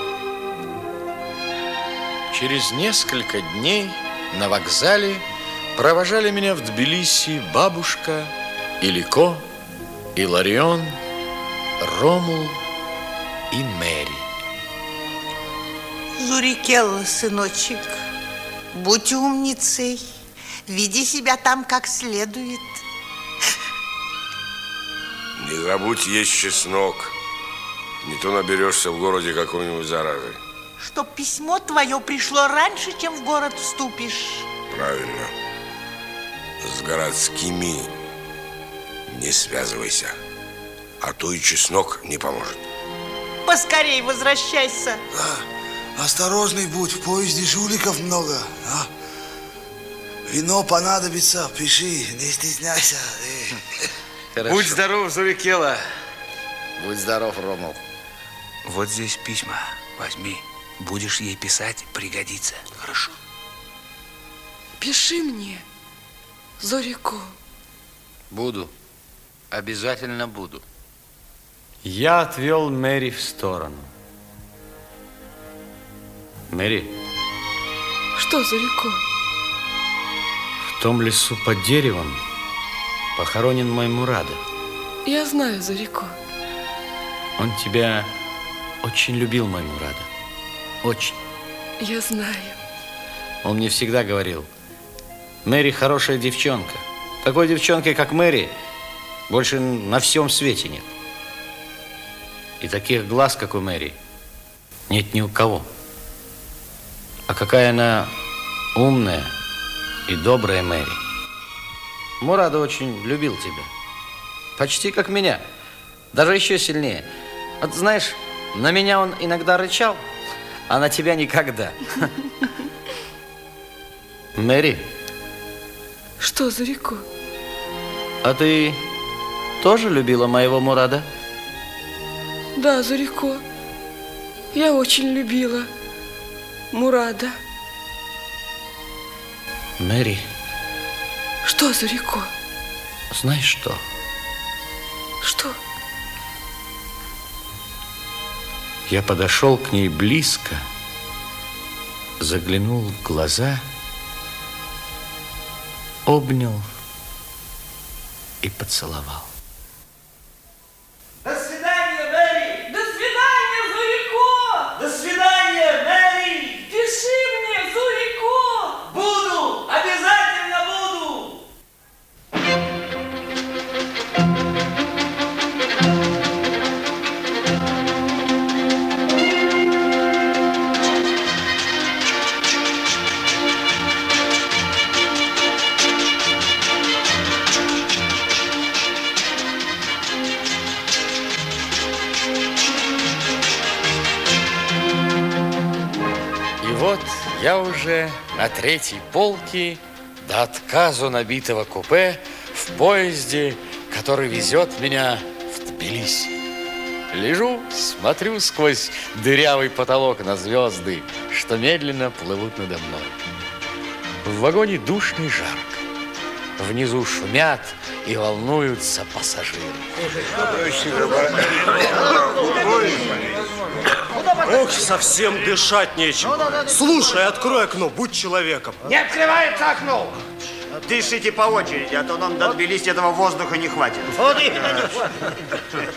Через несколько дней на вокзале провожали меня в Тбилиси бабушка, Илико, Иларион, Ромул и Мэри. Зурикелла, сыночек, будь умницей, веди себя там как следует. Не забудь есть чеснок, не то наберешься в городе какой-нибудь заразы. Чтоб письмо твое пришло раньше, чем в город вступишь. Правильно. С городскими не связывайся, а то и чеснок не поможет. Поскорей возвращайся. Да, осторожный будь, в поезде жуликов много. А? Вино понадобится, пиши, не стесняйся. Хорошо. Будь здоров, Зурикелла. Будь здоров, Ромул. Вот здесь письма. Возьми. Будешь ей писать, пригодится. Хорошо. Пиши мне, Зорико. Буду. Обязательно буду. Я отвел Мэри в сторону. Мэри. Что, Зорико? В том лесу под деревом похоронен мой Мурада. Я знаю, Зорико. Он тебя очень любил, мой Мурада. Очень. Я знаю. Он мне всегда говорил: Мэри хорошая девчонка. Такой девчонки, как Мэри, больше на всем свете нет. И таких глаз, как у Мэри, нет ни у кого. А какая она умная и добрая Мэри. Мурада очень любил тебя. Почти как меня. Даже еще сильнее. Вот знаешь, на меня он иногда рычал, а на тебя никогда. Мэри. Что, Зорико? А ты тоже любила моего Мурада? Да, Зорико. Я очень любила Мурада. Мэри. Что, Зорико? Знаешь что? Что? Я подошел к ней близко, заглянул в глаза, обнял и поцеловал. До свидания, Мэри! До свидания, Зорико! До свидания, Мэри! Пиши мне, Зорико! Буду! Обязательно буду! Вот я уже на третьей полке, до отказу набитого купе, в поезде, который везет меня в Тбилиси. Лежу, смотрю сквозь дырявый потолок на звезды, что медленно плывут надо мной. В вагоне душно и жарко. Внизу шумят и волнуются пассажиры. Ох, совсем дышать нечем. Слушай, открой окно, будь человеком. Не открывается окно. Дышите по очереди, а то нам до Тбилиси этого воздуха не хватит. Вот именно не хватит.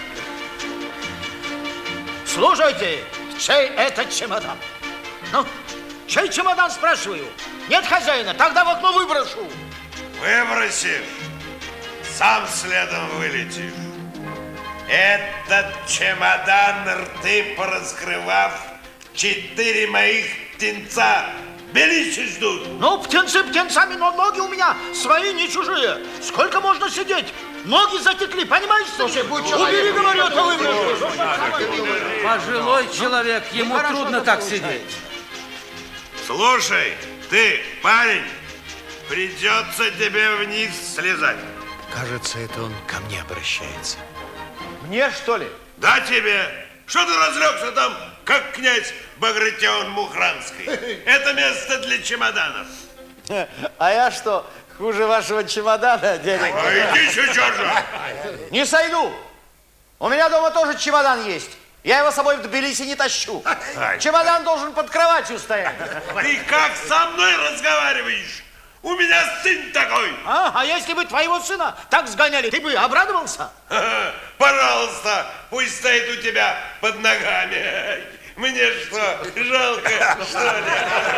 Слушайте, чей этот чемодан? Ну, чей чемодан, спрашиваю? Нет хозяина, тогда в окно выброшу. Выбросишь, сам следом вылетишь. Этот чемодан, рты пораскрывав, четыре моих птенца Тбилиси ждут. Ну, птенцы птенцами, но ноги у меня свои, не чужие. Сколько можно сидеть? Ноги затекли, понимаешь? Слушай, будь человек. Убери, говорю, это выброшу. Пожилой человек, ему Нехорошо трудно так сидеть. Слушай, ты, парень, придется тебе вниз слезать. Кажется, это он ко мне обращается. Мне, что ли? Да тебе. Что ты разлегся там, как князь Багратион Мухранский? Это место для чемоданов. А я что, хуже вашего чемодана, дядя? А иди сейчас же. Не сойду. У меня дома тоже чемодан есть. Я его с собой в Тбилиси не тащу. Чемодан должен под кроватью стоять. Ты как со мной разговариваешь? У меня сын такой. А, а если бы твоего сына так сгоняли, ты бы обрадовался? Пожалуйста, пусть стоит у тебя под ногами. Мне что, жалко, что ли?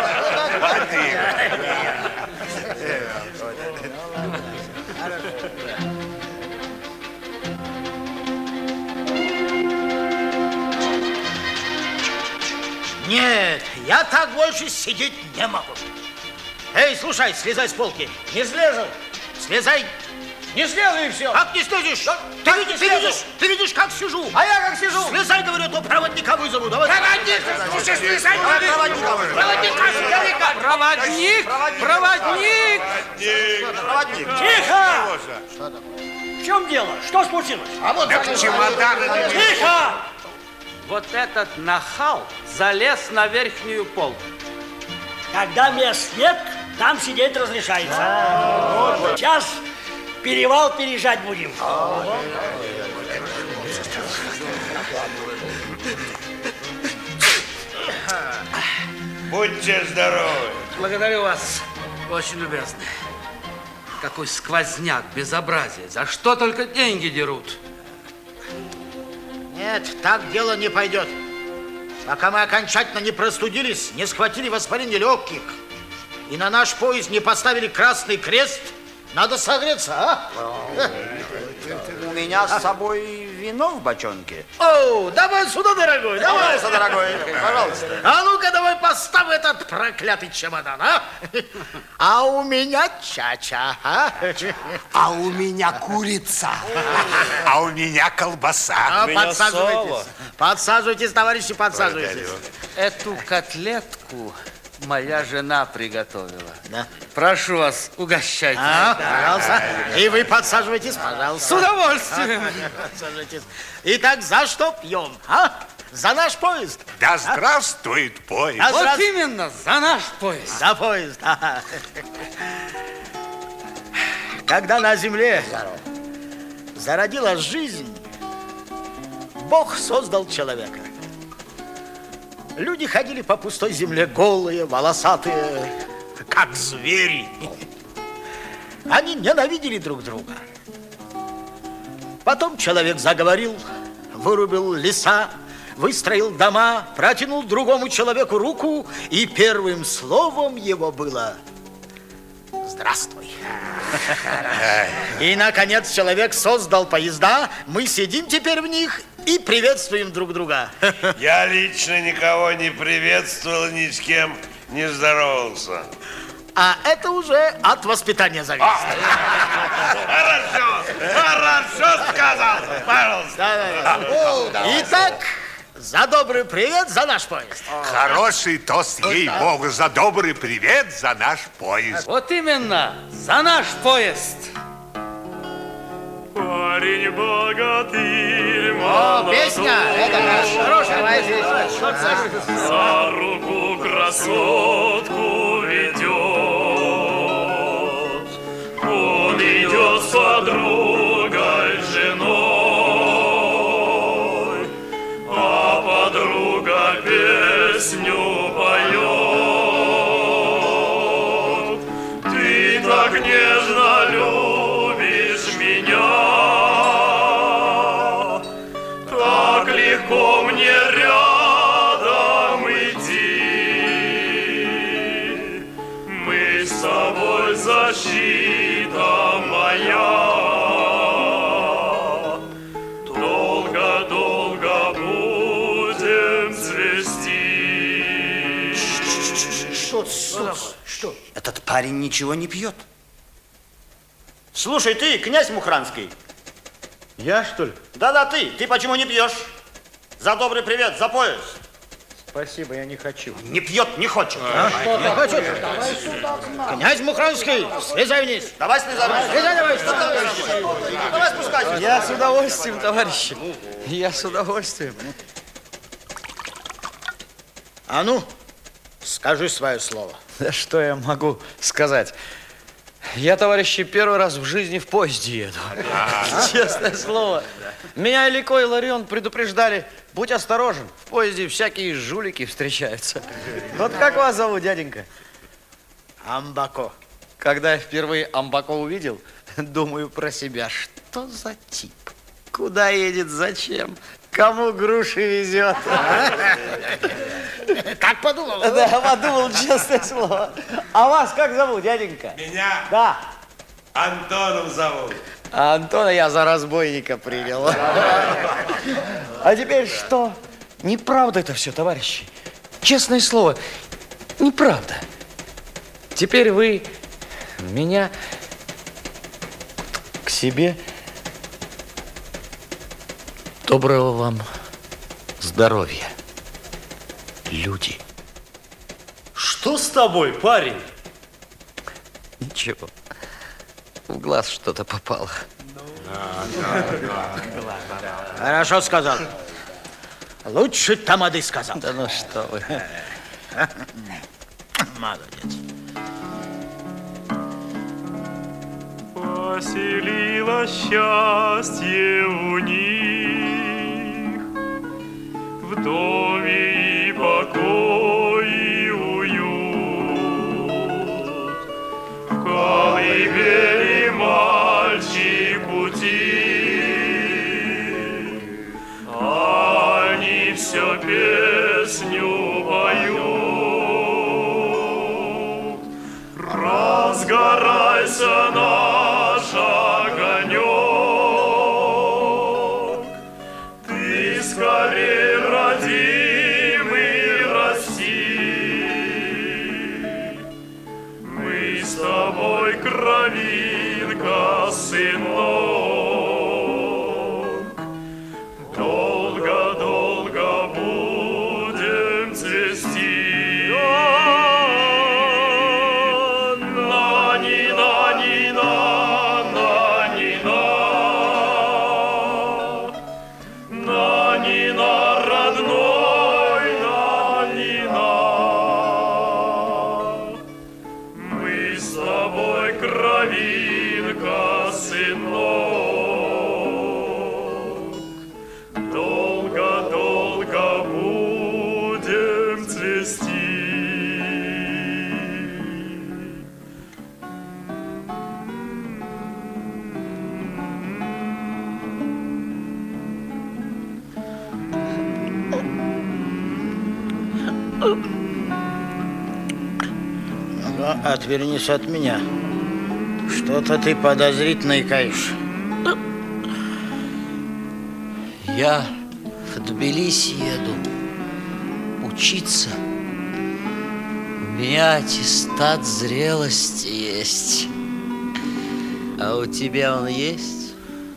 Нет, я так больше сидеть не могу. Эй, слушай, слезай с полки. Не слезу. Слезай. Не слезу и все. Как не слезешь? Ты, видишь, ты, видишь, ты видишь, как сижу. А я как сижу? Слезай, говорю, то проводника вызову. Давай. Проводник! Слушай, слезай! Проводника! Проводника! Проводник! Проводник! Проводник! Тихо! В чем дело? Что случилось? А вот так чемоданы. Тихо! Вот этот нахал залез на верхнюю полку. Когда мест нет, там сидеть разрешается. Сейчас перевал переезжать будем. Будьте здоровы. Благодарю вас, очень любезно. Какой сквозняк, безобразие. За что только деньги дерут? Нет, так дело не пойдет. Пока мы окончательно не простудились, не схватили воспаление легких и на наш поезд не поставили красный крест, надо согреться, а? У меня с собой вино в бочонке. О, давай сюда, дорогой, давай. Пожалуйста, дорогой, пожалуйста. А ну-ка, давай поставь этот проклятый чемодан, а? А у меня чача, а? А у меня курица. А у меня колбаса. А, подсаживайтесь. Подсаживайтесь, товарищи, подсаживайтесь. Эту котлетку моя жена приготовила. Да. Прошу вас, угощайте. А, пожалуйста. И вы подсаживайтесь, пожалуйста. С удовольствием. Подсаживайтесь. Итак, за что пьем, а? За наш поезд. Да здравствует поезд. Да Вот здравствует. именно, за наш поезд. За поезд. Ага. Когда на земле зародилась жизнь, Бог создал человека. Люди ходили по пустой земле голые, волосатые, как звери. Они ненавидели друг друга. Потом человек заговорил, вырубил леса, выстроил дома, протянул другому человеку руку, и первым словом его было «Здравствуй». И, наконец, человек создал поезда, мы сидим теперь в них и приветствуем друг друга. Я лично никого не приветствовал, ни с кем не здоровался. А это уже от воспитания зависит. Хорошо, хорошо сказал. Пожалуйста. Да, да, да. Итак, за добрый привет за наш поезд. Хороший тост, ей-богу, за добрый привет за наш поезд. Вот именно, за наш поезд. Парень богатырь, О, песня, это наш. Хорошая. Давай здесь. За руку красотку ведет. Он идет с подругой, женой, а подруга песню поет. Ты так нежно любишь меня, так легко мне рядом идти. Мы с тобой защита моя. Долго-долго будем цвести. Что, что, что? Этот парень ничего не пьет. Слушай, ты, князь Мухранский. Я, что ли? Да-да, ты. Ты почему не пьешь? За добрый привет, за поезд. Спасибо, я не хочу. Не пьет, не хочет. А что ты хочешь? Князь Мухранский, слезай вниз. Давай слезай вниз. Слезай, давай. Давай спускайся. Я с удовольствием, товарищи. Я с удовольствием. А ну, скажи свое слово. Да что я могу сказать? Я, товарищи, первый раз в жизни в поезде еду. Честное слово. Меня Илико и Ларион предупреждали, будь осторожен, в поезде всякие жулики встречаются. Вот как вас зовут, дяденька? Амбако. Когда я впервые Амбако увидел, думаю про себя, что за тип? Куда едет, зачем? Кому груши везет? Как подумал? Да, подумал, честное слово. А вас как зовут, дяденька? Меня? Да. Антоном зовут. А Антона я за разбойника принял. А теперь что? Неправда это все, товарищи. Честное слово, неправда. Теперь вы меня к себе. Доброго вам здоровья, люди. Что с тобой, парень? Ничего. В глаз что-то попало. Хорошо сказал. Лучше тамады сказал. Да ну что вы. Молодец. Поселилось счастье у них в доме и покой и уют. В колыбели мальчик утих, они все песню поют. Разгорайся наш огонек, ты скорей, родимый, расти. Мы с тобой кровинка, сынок, долго-долго будем цвести. Кровинка, сынок, долго-долго будем цвести. Ну, отвернись от меня. Что-то ты подозрительно икаешь. Я в Тбилиси еду учиться. У меня аттестат зрелости есть. А у тебя он есть?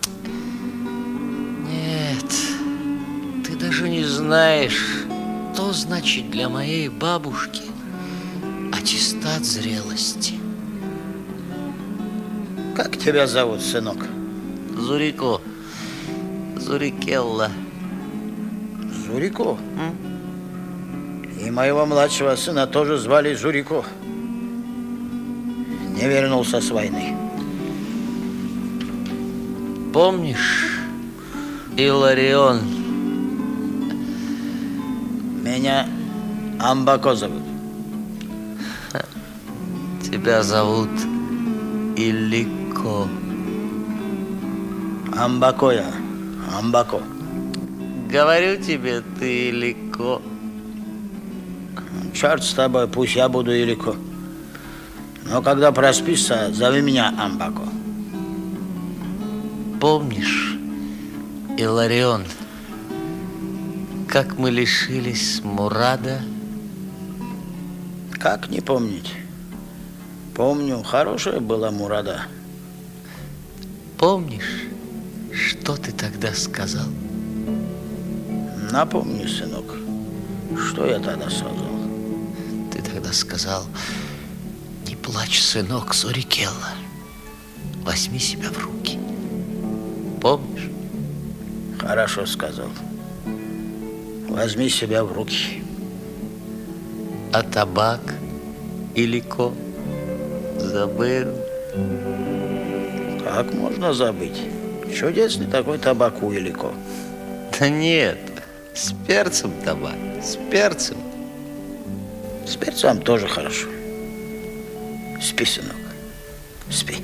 Нет, ты даже не знаешь, что значит для моей бабушки аттестат зрелости. Как тебя зовут, сынок? Зурико. Зурикелла. Зурико? М? И моего младшего сына тоже звали Зурико. Не вернулся с войны. Помнишь, Иларион? Меня Амбако зовут. Тебя зовут Илико. Амбако я. Амбако. Говорю тебе, ты Илико. Черт с тобой, пусть я буду Илико. Но когда проспишься, зови меня Амбако. Помнишь, Иларион, как мы лишились Мурада? Как не помнить? Помню, хорошая была Мурада. Помнишь, что ты тогда сказал? Напомни, сынок, что я тогда сказал? Ты тогда сказал: не плачь, сынок, Зурикелла, возьми себя в руки. Помнишь? Хорошо сказал. Возьми себя в руки. А табак, Илико, забыл? Как можно забыть? Чудесный такой табак у Илико. Да нет, с перцем табак, с перцем. С перцем тоже хорошо. Спи, сынок. Спи.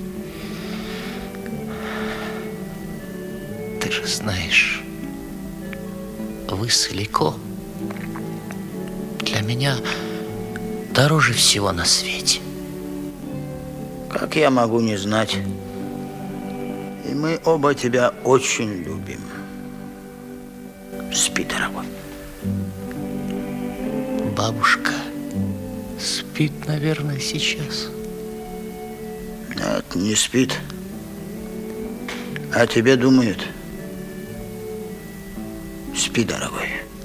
Ты же знаешь, вы с Илико для меня дороже всего на свете. Как я могу не знать? И мы оба тебя очень любим. Спи, дорогой. Бабушка спит, наверное, сейчас. Нет, не спит. О тебе думает. Спи, дорогой.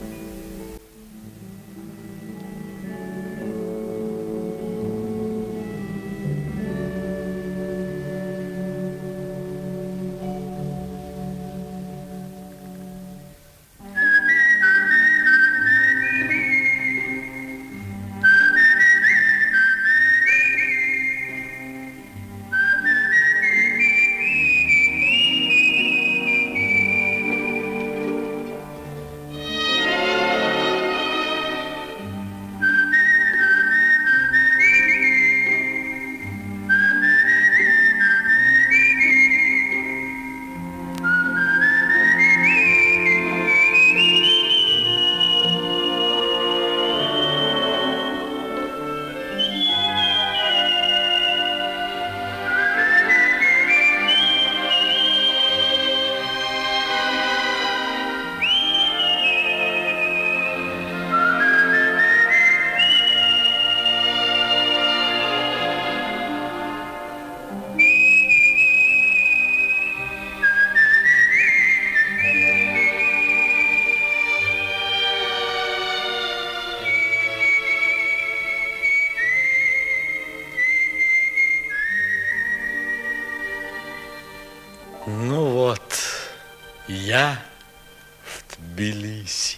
Ну вот, я в Тбилиси.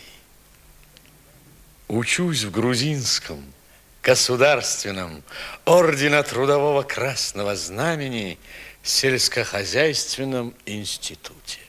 Учусь в грузинском государственном ордена Трудового Красного Знамени сельскохозяйственном институте.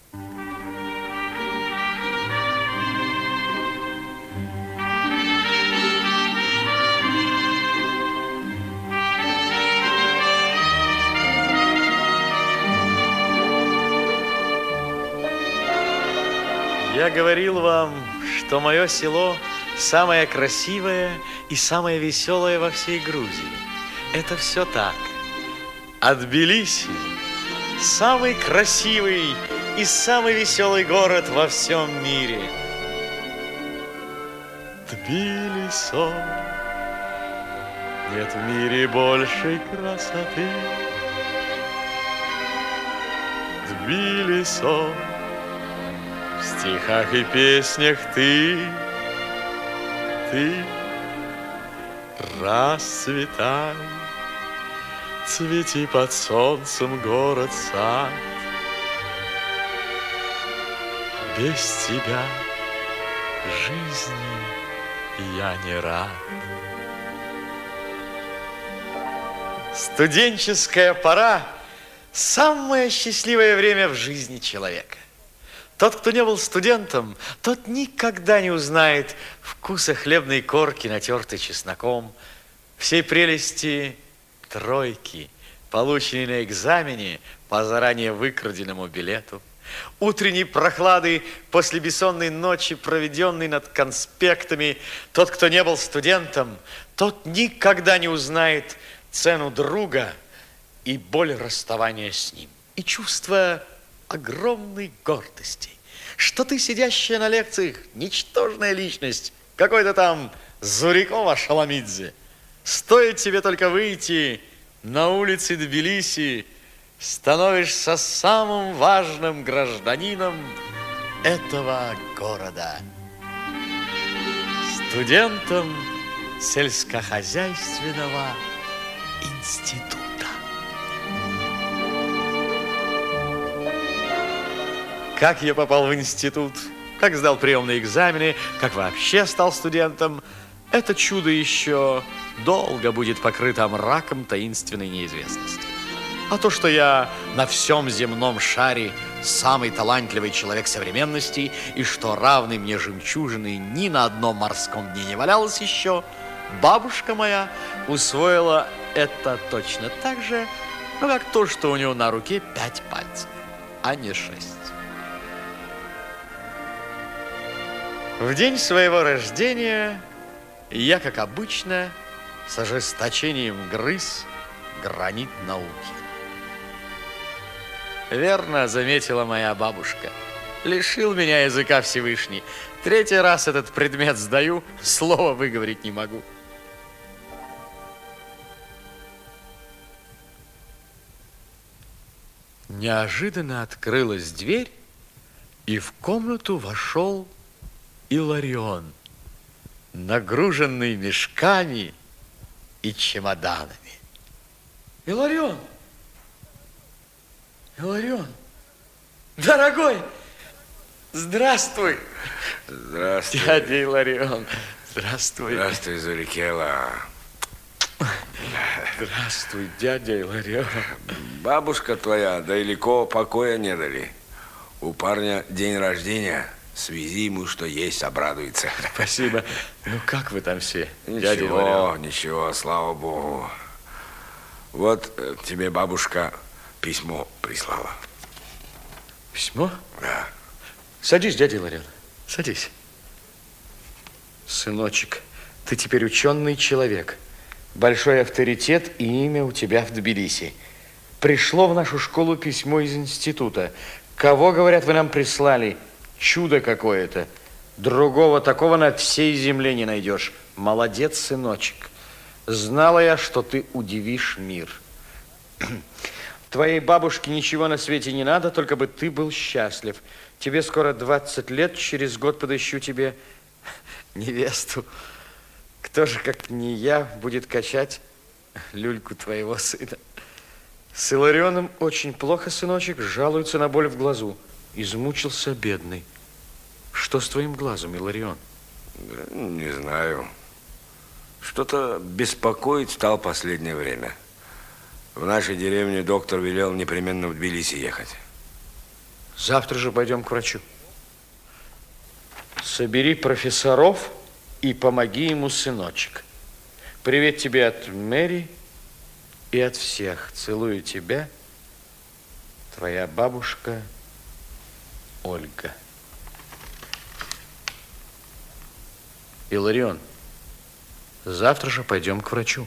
Я говорил вам, что мое село самое красивое и самое веселое во всей Грузии. Это все так. А Тбилиси самый красивый и самый веселый город во всем мире. Тбилисо, нет в мире большей красоты. Тбилисо, в стихах и песнях ты, ты расцветай, цвети под солнцем город-сад. Без тебя жизни я не рад. Студенческая пора – самое счастливое время в жизни человека. Тот, кто не был студентом, тот никогда не узнает вкуса хлебной корки, натертой чесноком, всей прелести тройки, полученной на экзамене по заранее выкраденному билету, утренней прохлады после бессонной ночи, проведенной над конспектами. Тот, кто не был студентом, тот никогда не узнает цену друга и боль расставания с ним, и чувство огромной гордости, что ты, сидящая на лекциях, ничтожная личность, какой-то там Зурикова Шаламидзе. Стоит тебе только выйти на улицы Тбилиси, становишься самым важным гражданином этого города, студентом сельскохозяйственного института. Как я попал в институт, как сдал приемные экзамены, как вообще стал студентом, это чудо еще долго будет покрыто мраком таинственной неизвестности. А то, что я на всем земном шаре самый талантливый человек современности, и что равной мне жемчужины ни на одном морском дне не валялось еще, бабушка моя усвоила это точно так же, Ну, как то, что у него на руке пять пальцев, а не шесть. В день своего рождения я, как обычно, с ожесточением грыз гранит науки. Верно заметила моя бабушка. Лишил меня языка Всевышний. Третий раз этот предмет сдаю, слова выговорить не могу. Неожиданно открылась дверь, и в комнату вошел Иларион, нагруженный мешками и чемоданами. Иларион! Иларион! Дорогой! Здравствуй! Здравствуй. Дядя Иларион, здравствуй. Здравствуй, Зурикела. Здравствуй, дядя Иларион. Бабушка твоя далеко покоя не дали. У парня день рождения. Свези ему, что есть, обрадуется. Спасибо. Ну, как вы там все, ничего, дядя Иларион? Ничего, слава богу. Вот э, тебе бабушка письмо прислала. Письмо? Да. Садись, дядя Иларион, садись. Сыночек, ты теперь ученый человек. Большой авторитет и имя у тебя в Тбилиси. Пришло в нашу школу письмо из института. Кого, говорят, вы нам прислали? Чудо какое-то. Другого такого на всей земле не найдешь. Молодец, сыночек. Знала я, что ты удивишь мир. Твоей бабушке ничего на свете не надо, только бы ты был счастлив. Тебе скоро двадцать лет, через год подыщу тебе невесту. Кто же, как не я, будет качать люльку твоего сына? С Иларионом очень плохо, сыночек, жалуется на боль в глазу. Измучился бедный. Что с твоим глазом, Иларион? Не знаю. Что-то беспокоить стал последнее время. В нашей деревне доктор велел непременно в Тбилиси ехать. Завтра же пойдем к врачу. Собери профессоров и помоги ему, сыночек. Привет тебе от Мэри и от всех. Целую тебя, твоя бабушка Ольга. Иларион, завтра же пойдем к врачу.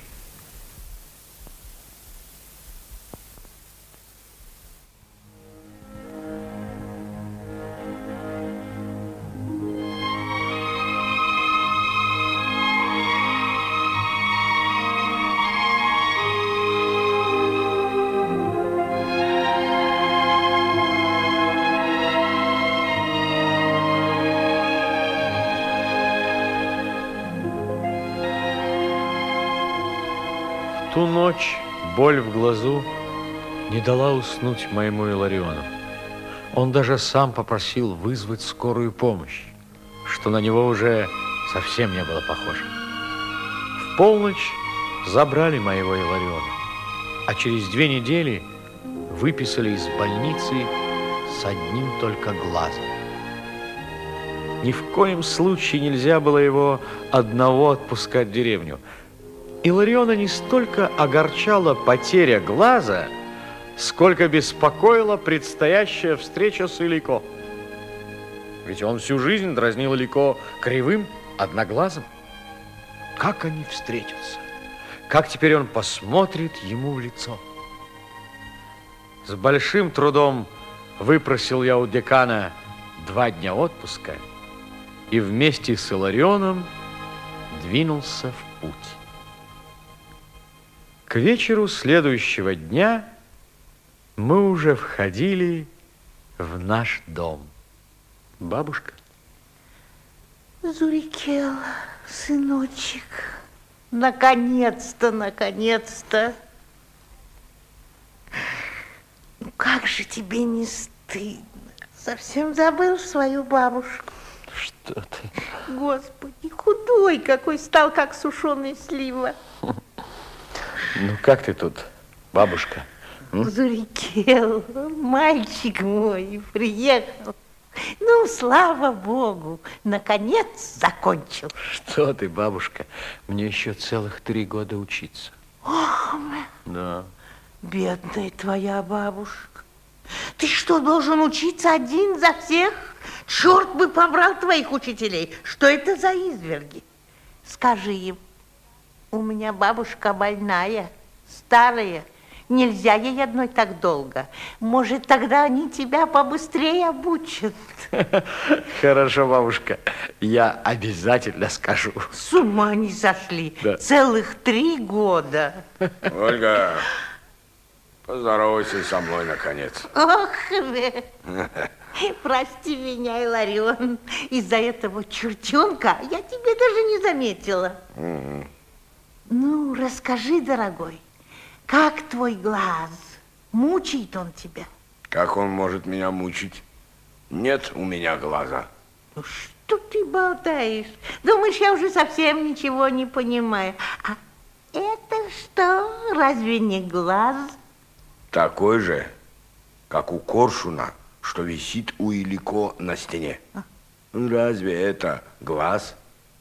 Ту ночь боль в глазу не дала уснуть моему Илариону. Он даже сам попросил вызвать скорую помощь, что на него уже совсем не было похоже. В полночь забрали моего Илариона, а через две недели выписали из больницы с одним только глазом. Ни в коем случае нельзя было его одного отпускать в деревню. Илариона не столько огорчала потеря глаза, сколько беспокоила предстоящая встреча с Илико. Ведь он всю жизнь дразнил Илико кривым, одноглазым. Как они встретятся? Как теперь он посмотрит ему в лицо? С большим трудом выпросил я у декана два дня отпуска и вместе с Иларионом двинулся в путь. К вечеру следующего дня мы уже входили в наш дом. Бабушка? Зурикела, сыночек, наконец-то, наконец-то. Ну, как же тебе не стыдно? Совсем забыл свою бабушку. Что ты? Господи, худой какой стал, как сушеная слива. Ну, как ты тут, бабушка? М? Зурикел, мальчик мой, приехал. Ну, слава Богу, наконец закончил. Что ты, бабушка? Мне еще целых три года учиться. Ох, Да. Бедная твоя бабушка. Ты что, должен учиться один за всех? Черт бы побрал твоих учителей. Что это за изверги? Скажи им, у меня бабушка больная, старая. Нельзя ей одной так долго. Может, тогда они тебя побыстрее обучат. Хорошо, бабушка. Я обязательно скажу. С ума не сошли. Да. Целых три года. Ольга, поздоровайся со мной, наконец. Ох, вы. Прости меня, Иларион. Из-за этого чертенка я тебя даже не заметила. Угу. Ну, расскажи, дорогой, как твой глаз? Мучает он тебя? Как он может меня мучить? Нет у меня глаза. Ну, что ты болтаешь? Думаешь, я уже совсем ничего не понимаю. А это что? Разве не глаз? Такой же, как у коршуна, что висит у Илико на стене. А? Разве это глаз?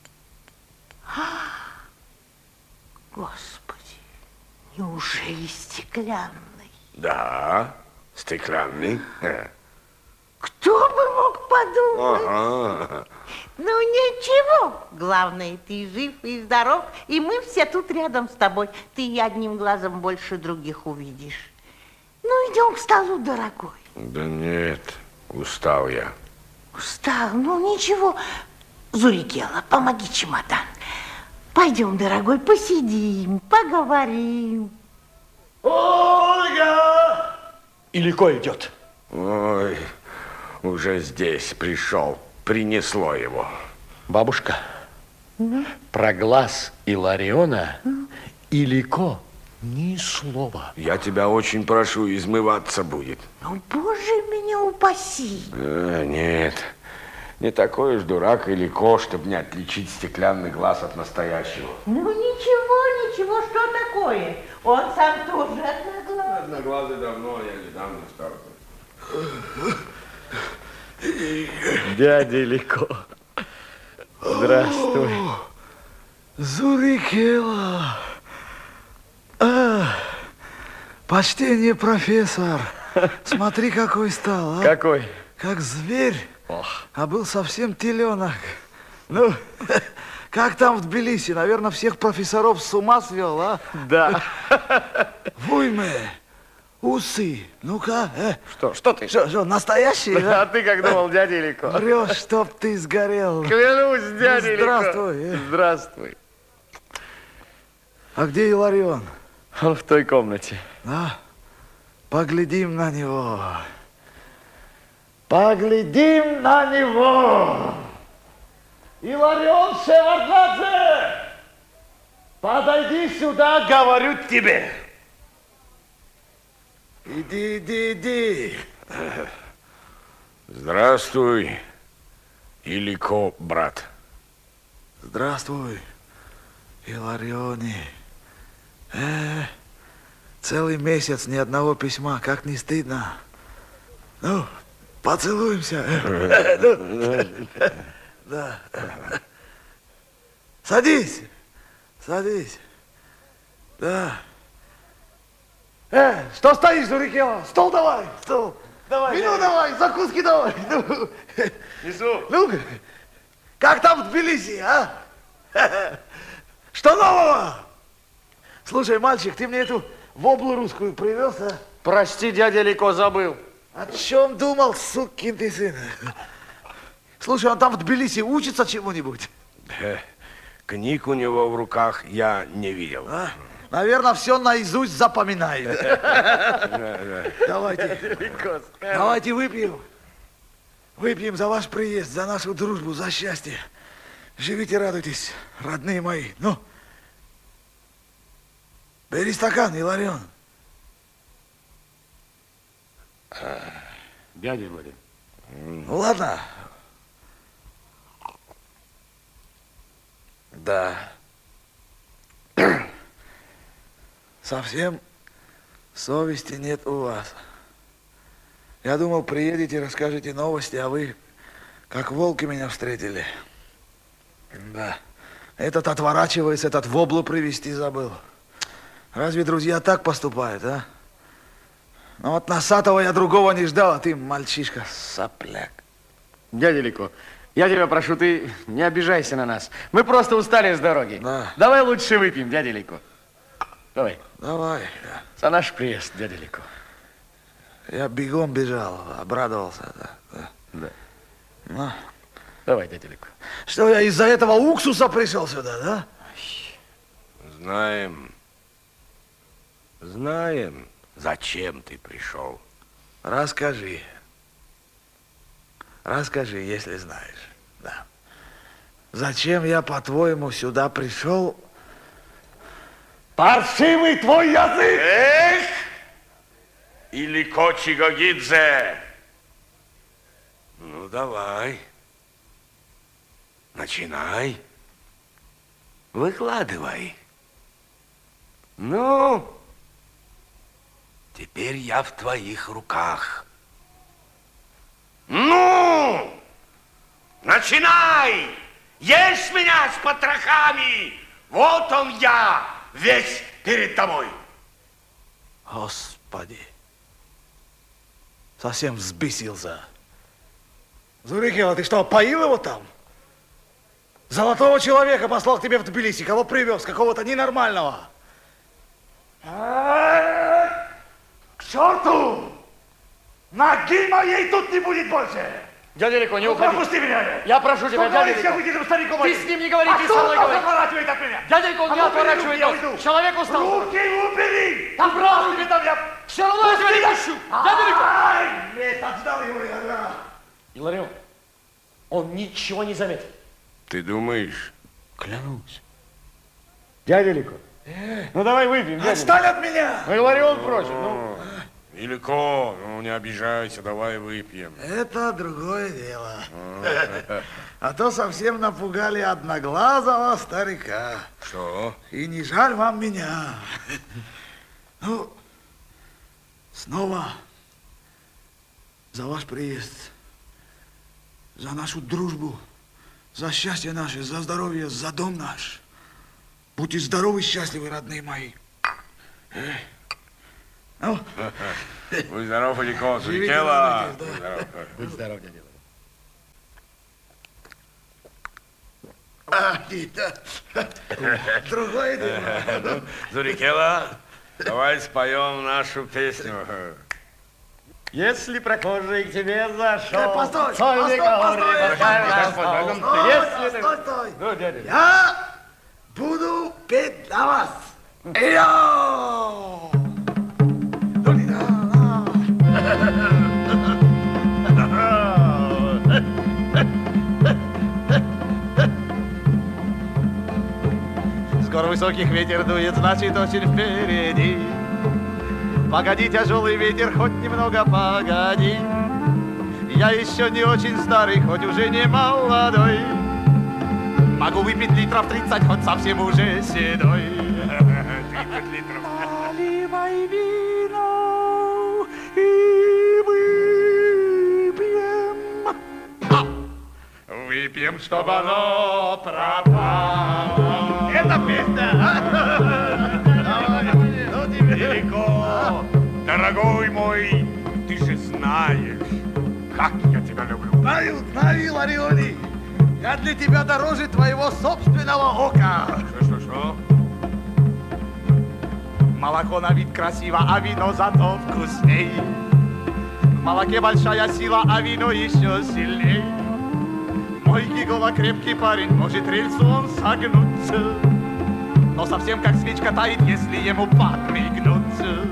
Господи, неужели стеклянный? Да, стеклянный. Кто бы мог подумать? Ага. Ну ничего, главное, ты жив и здоров, и мы все тут рядом с тобой. Ты и одним глазом больше других увидишь. Ну, идем к столу, дорогой. Да нет, устал я. Устал? Ну, ничего. Зурикела, помоги чемодан. Пойдем, дорогой, посидим, поговорим. Ольга! Илико идет. Ой, уже здесь пришел, принесло его. Бабушка, Ну? про глаз Илариона Илико ни слова. Я тебя очень прошу, измываться будет. Ну, боже меня упаси. Э, нет, не такой уж дурак Илико, чтобы не отличить стеклянный глаз от настоящего. Ну, ничего, ничего, что такое? Он сам тоже одноглазый. Одноглазый давно, я недавно стал. Дядя Илико, здравствуй. Зурикела. А, почтение, профессор. Смотри, какой стал, а? Какой? Как зверь, Ох. а был совсем теленок. Ну, как там в Тбилиси? Наверное, всех профессоров с ума свел, а? Да. Вуйме, усы. Ну-ка, э. Что, что ты? Что, что, настоящий, да? А ты как думал, дядя Илико? Врешь, чтоб ты сгорел. Клянусь, дядя Ну, Илико. здравствуй. э. Здравствуй. А где Иларион? Он в той комнате. А? Поглядим на него. Поглядим на него. Иларион Шеварднадзе, подойди сюда, говорю тебе. Иди, иди, иди. Здравствуй, Илико, брат. Здравствуй, Иларионе. Э, целый месяц ни одного письма, как не стыдно. Ну, поцелуемся. Да. Садись, садись. Да. Э, что стоишь, Зурикела? Стол давай, стол. Давай, Вино давай, закуски давай. Ну, Несу. ну, как там в Тбилиси, а? Что нового? Слушай, мальчик, ты мне эту воблу русскую привез, а? Прости, дядя Илико, забыл. О чем думал, сукин ты сын? Слушай, он там в Тбилиси учится чему-нибудь? Э, Книг у него в руках я не видел. А? Наверное, все наизусть запоминает. Давайте, давайте выпьем. Выпьем за ваш приезд, за нашу дружбу, за счастье. Живите, радуйтесь, родные мои. Ну, бери стакан, Иларион. Дядя Владимир. Ну, ладно. Да. Совсем совести нет у вас. Я думал, приедете, расскажете новости, а вы как волки меня встретили. Да. Этот отворачивается, этот воблу привезти забыл. Разве друзья так поступают, а? Ну вот носатого я другого не ждал, а ты, мальчишка, сопляк. Дядя Лико, я тебя прошу, ты не обижайся на нас. Мы просто устали с дороги. Да. Давай лучше выпьем, дядя Лико. Давай. Давай. Да. За наш приезд, дядя Лико. Я бегом бежал, обрадовался. Да. Да. Да. Ну. Давай, дядя Лико. Что, я из-за этого уксуса пришел сюда, да? Знаем. Знаем, зачем ты пришел. Расскажи. Расскажи, если знаешь. Да. Зачем я, по-твоему, сюда пришел? Паршивый твой язык! Эх! Илико Чигогидзе! Ну, давай. Начинай. Выкладывай. Ну, теперь я в твоих руках. Ну, начинай! Ешь меня с потрохами! Вот он я, весь перед тобой. Господи, совсем взбесился. Зурикела, ты что, поил его там? Золотого человека послал к тебе в Тбилиси. Кого привез? Какого-то ненормального. К черту! Ноги моей тут не будет больше! Дядя Лико, не Ну, уходи. пропусти меня! Я прошу тебя, Что дядя говоришь, Лико. я выйду, стариком Ты один? с ним не говори, А ты кто со мной вас говори. отворачивает от меня? Дядя Лико, он А не ну, отворачивает убери руки, я нос. уйду. Человек устал. Руки убери! Да брось тебе там, я... Все равно я тебя не пущу. Дядя Лико! Ай, нет, отждал его, я... Иларион, он ничего не заметит. Ты думаешь? Клянусь. Дядя Лико, ну давай выпьем, дядя Отстань Лико. от меня! Ну, Иларион просит, ну. Илико, ну не обижайся, давай выпьем. Это другое дело. А то совсем напугали одноглазого старика. Что? И не жаль вам меня. Ну, снова за ваш приезд, за нашу дружбу, за счастье наше, за здоровье, за дом наш. Будьте здоровы, счастливы, родные мои. Ну? Будь здоров, Илико, Живите, Зурикела. радуйтесь, да. Будь здоров. Будь здоров, дядя Лико. А, да. Другое дело. Ну, Зурикела, давай споем нашу песню. Если прохожий к тебе зашел, Э, постой, сольник постой, говорит, постой, пускай постой, на постой, стол. постой, Если ты- стой, стой. Ну, дядя Лико. Я буду петь для вас. Йо! Скоро высоких ветер дует, значит, очень впереди. Погоди, тяжелый ветер, хоть немного погоди. Я еще не очень старый, хоть уже не молодой. Могу выпить литров тридцать, хоть совсем уже седой. тридцать литров. Наливай вино и выпьем. Выпьем, чтобы оно пропало. Это песня. Ну тебе. Илико, дорогой мой, ты же знаешь, как я тебя люблю. Знаю, знаю, Лариони. Я для тебя дороже твоего собственного ока. Что-что-что? Молоко на вид красиво, а вино зато вкусней. В молоке большая сила, а вино еще сильней. Мой Гигола крепкий парень, может рельсу он согнуться, но совсем как свечка тает, если ему подмигнуться.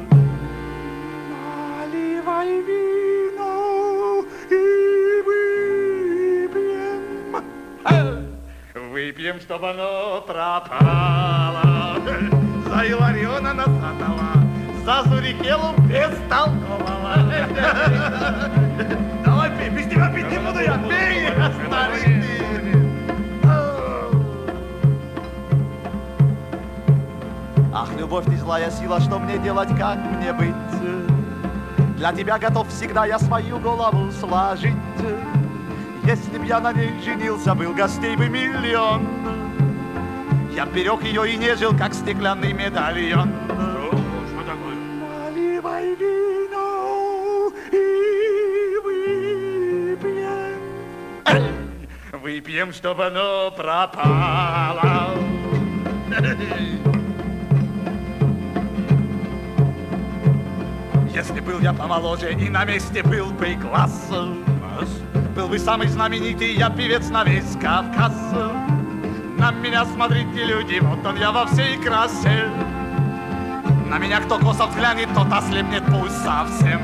Наливай вино и выпьем. Э, Выпьем, чтобы оно пропало. За Илариона Носатого, за Зурикелу бестолкового. Давай пей, без тебя пить не буду я. Пей, старый ты. Ах, любовь, ты злая сила, что мне делать, как мне быть? Для тебя готов всегда я свою голову сложить. Если б я на ней женился, был гостей бы миллион. Я берег ее и нежил, как стеклянный медальон. Что такое? Наливай вино Выпьем, чтобы оно пропало. Если был я помоложе и на месте был бы глаз, был бы самый знаменитый я певец на весь Кавказ. На меня смотрите, люди, вот он я во всей красе. На меня кто косо взглянет, тот ослепнет пусть совсем.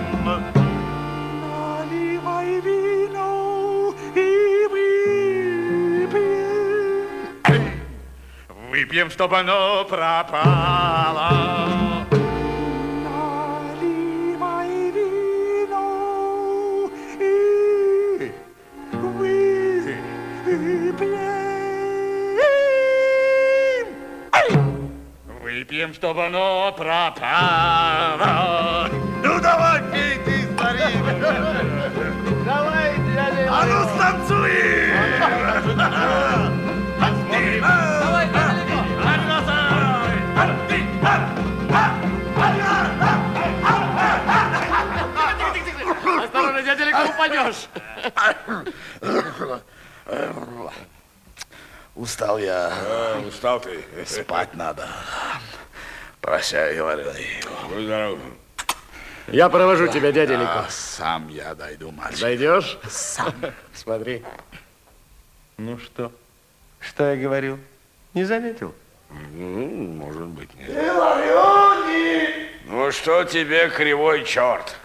Наливай вино и выпьем. Выпьем, чтобы оно пропало. Наливай вино и выпьем. Выпьем, чтобы оно пропало. Ну давай, пей ты, старик. Давай, дядя. А ну станцуй. Давай, осторожно, дядя Лико, упадешь. Устал я. А, устал ты. Спать надо. Прощай, говорю. Будь здоров. Я провожу тебя, дядя Лико. А, сам я дойду, мальчик. Дойдешь? Сам. Смотри. Ну что? Что я говорил? Не заметил? Ну, может быть, нет. Илариони! Ну что тебе, кривой черт?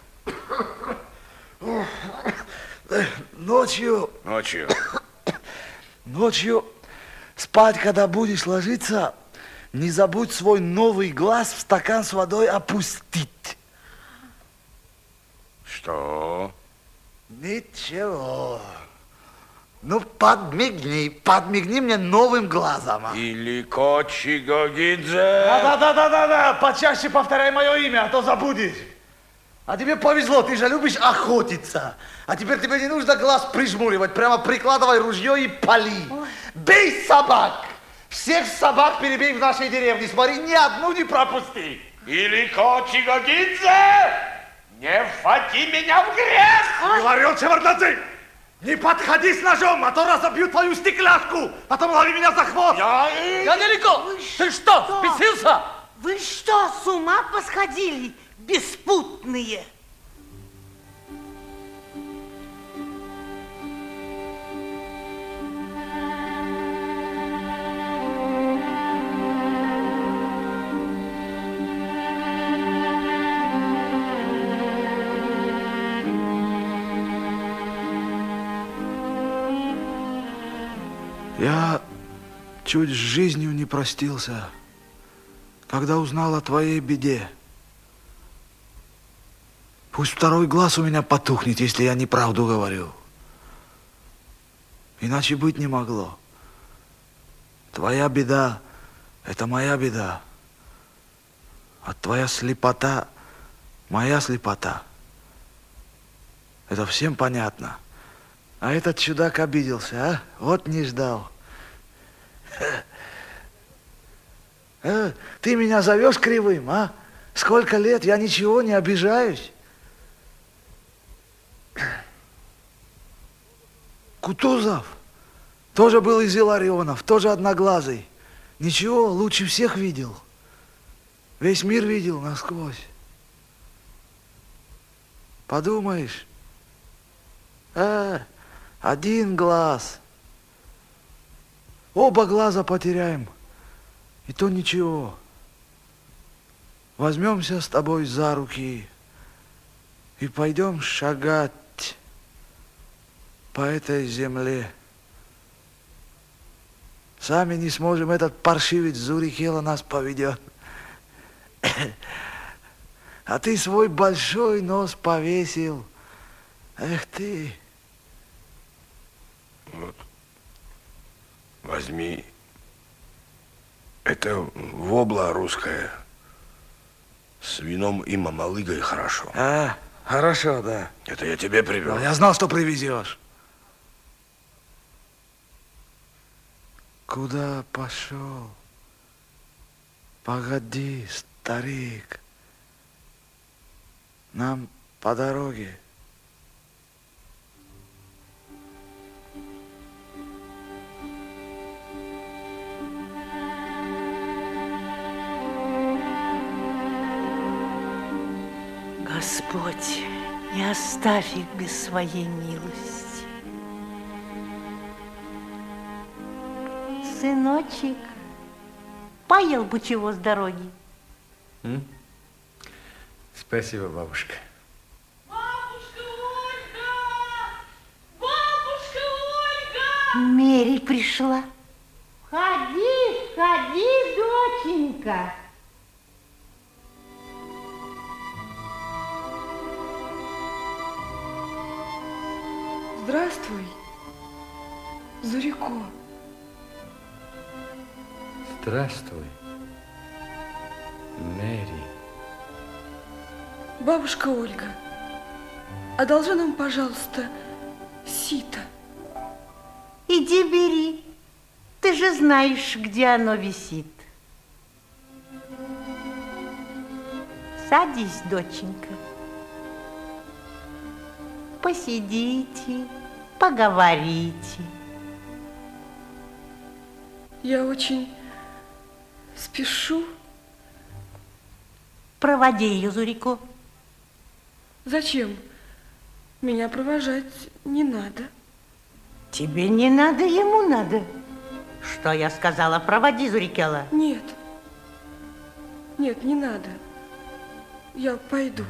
Ночью, Ночью. ночью спать, когда будешь ложиться, не забудь свой новый глаз в стакан с водой опустить. Что? Ничего. Ну, подмигни, подмигни мне новым глазом. а. Или Кочигогидзе? Да-да-да-да-да, почаще повторяй мое имя, а то забудешь. А тебе повезло, ты же любишь охотиться. А теперь тебе не нужно глаз прижмуривать, прямо прикладывай ружье и пали. Бей собак! Всех собак перебей в нашей деревне, смотри, ни одну не пропусти. Или Кочигогидзе? Не вводи меня в грех! Иларион Шеварднадзе! Не подходи с ножом, а то разобью твою стекляшку! Потом лови меня за хвост! Я... Дядя Лико, ты что, впечатлился? Вы что, с ума посходили, беспутные? Я чуть с жизнью не простился, когда узнал о твоей беде. Пусть второй глаз у меня потухнет, если я неправду говорю. Иначе быть не могло. Твоя беда – это моя беда. А твоя слепота – моя слепота. Это всем понятно. А этот чудак обиделся, а? Вот не ждал. А, ты меня зовешь кривым, а? Сколько лет, я ничего не обижаюсь. Кутузов тоже был из Иларионов, тоже одноглазый. Ничего, лучше всех видел. Весь мир видел насквозь. Подумаешь, а, один глаз. Оба глаза потеряем. И то ничего. Возьмемся с тобой за руки и пойдем шагать по этой земле. Сами не сможем, этот паршивец Зурикела нас поведет. А ты свой большой нос повесил. Эх ты. Вот. Возьми. Это вобла русская. С вином и мамалыгой хорошо. А, хорошо, да. Это я тебе привел. Я знал, что привезешь. Куда пошел? Погоди, старик. Нам по дороге. Господь, не оставь их без своей милости. Сыночек, поел бы чего с дороги? М? Спасибо, бабушка. Бабушка Ольга! Бабушка Ольга! Мэри пришла. Входи, входи, доченька. Здравствуй, Зурико. Здравствуй, Мэри. Бабушка Ольга, одолжи нам, пожалуйста, сито. Иди бери. Ты же знаешь, где оно висит. Садись, доченька. Посидите, поговорите. Я очень спешу. Проводи ее, Зурико. Зачем? Меня провожать не надо. Тебе не надо, ему надо. Что я сказала? Проводи, Зурикела. Нет. Нет, не надо. Я пойду.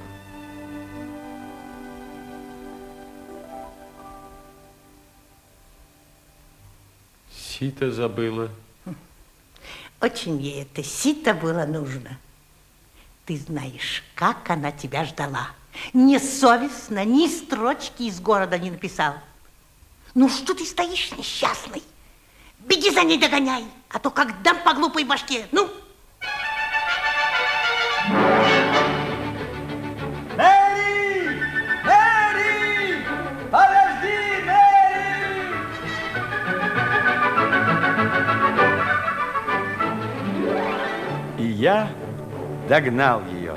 Сито забыла. Очень ей это сито было нужно. Ты знаешь, как она тебя ждала. Несовестно, ни строчки из города не написал. Ну что ты стоишь, несчастный? Беги за ней, догоняй, а то как дам по глупой башке. Ну! Мэри! Мэри! Подожди, Мэри! И я догнал ее.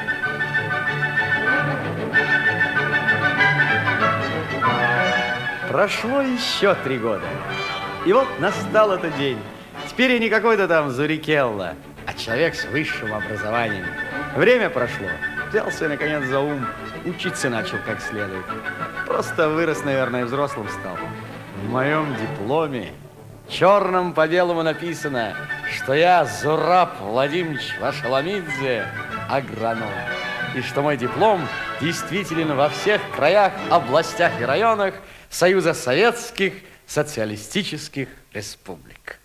Прошло еще три года. И вот настал этот день. Теперь я не какой-то там Зурикелла, а человек с высшим образованием. Время прошло. Взялся, наконец, за ум. Учиться начал как следует. Просто вырос, наверное, взрослым стал. В моем дипломе черным по белому написано, что я Зураб Владимирович Вашаламидзе, агроном. И что мой диплом действителен во всех краях, областях и районах Союза Советских Социалистических Республик.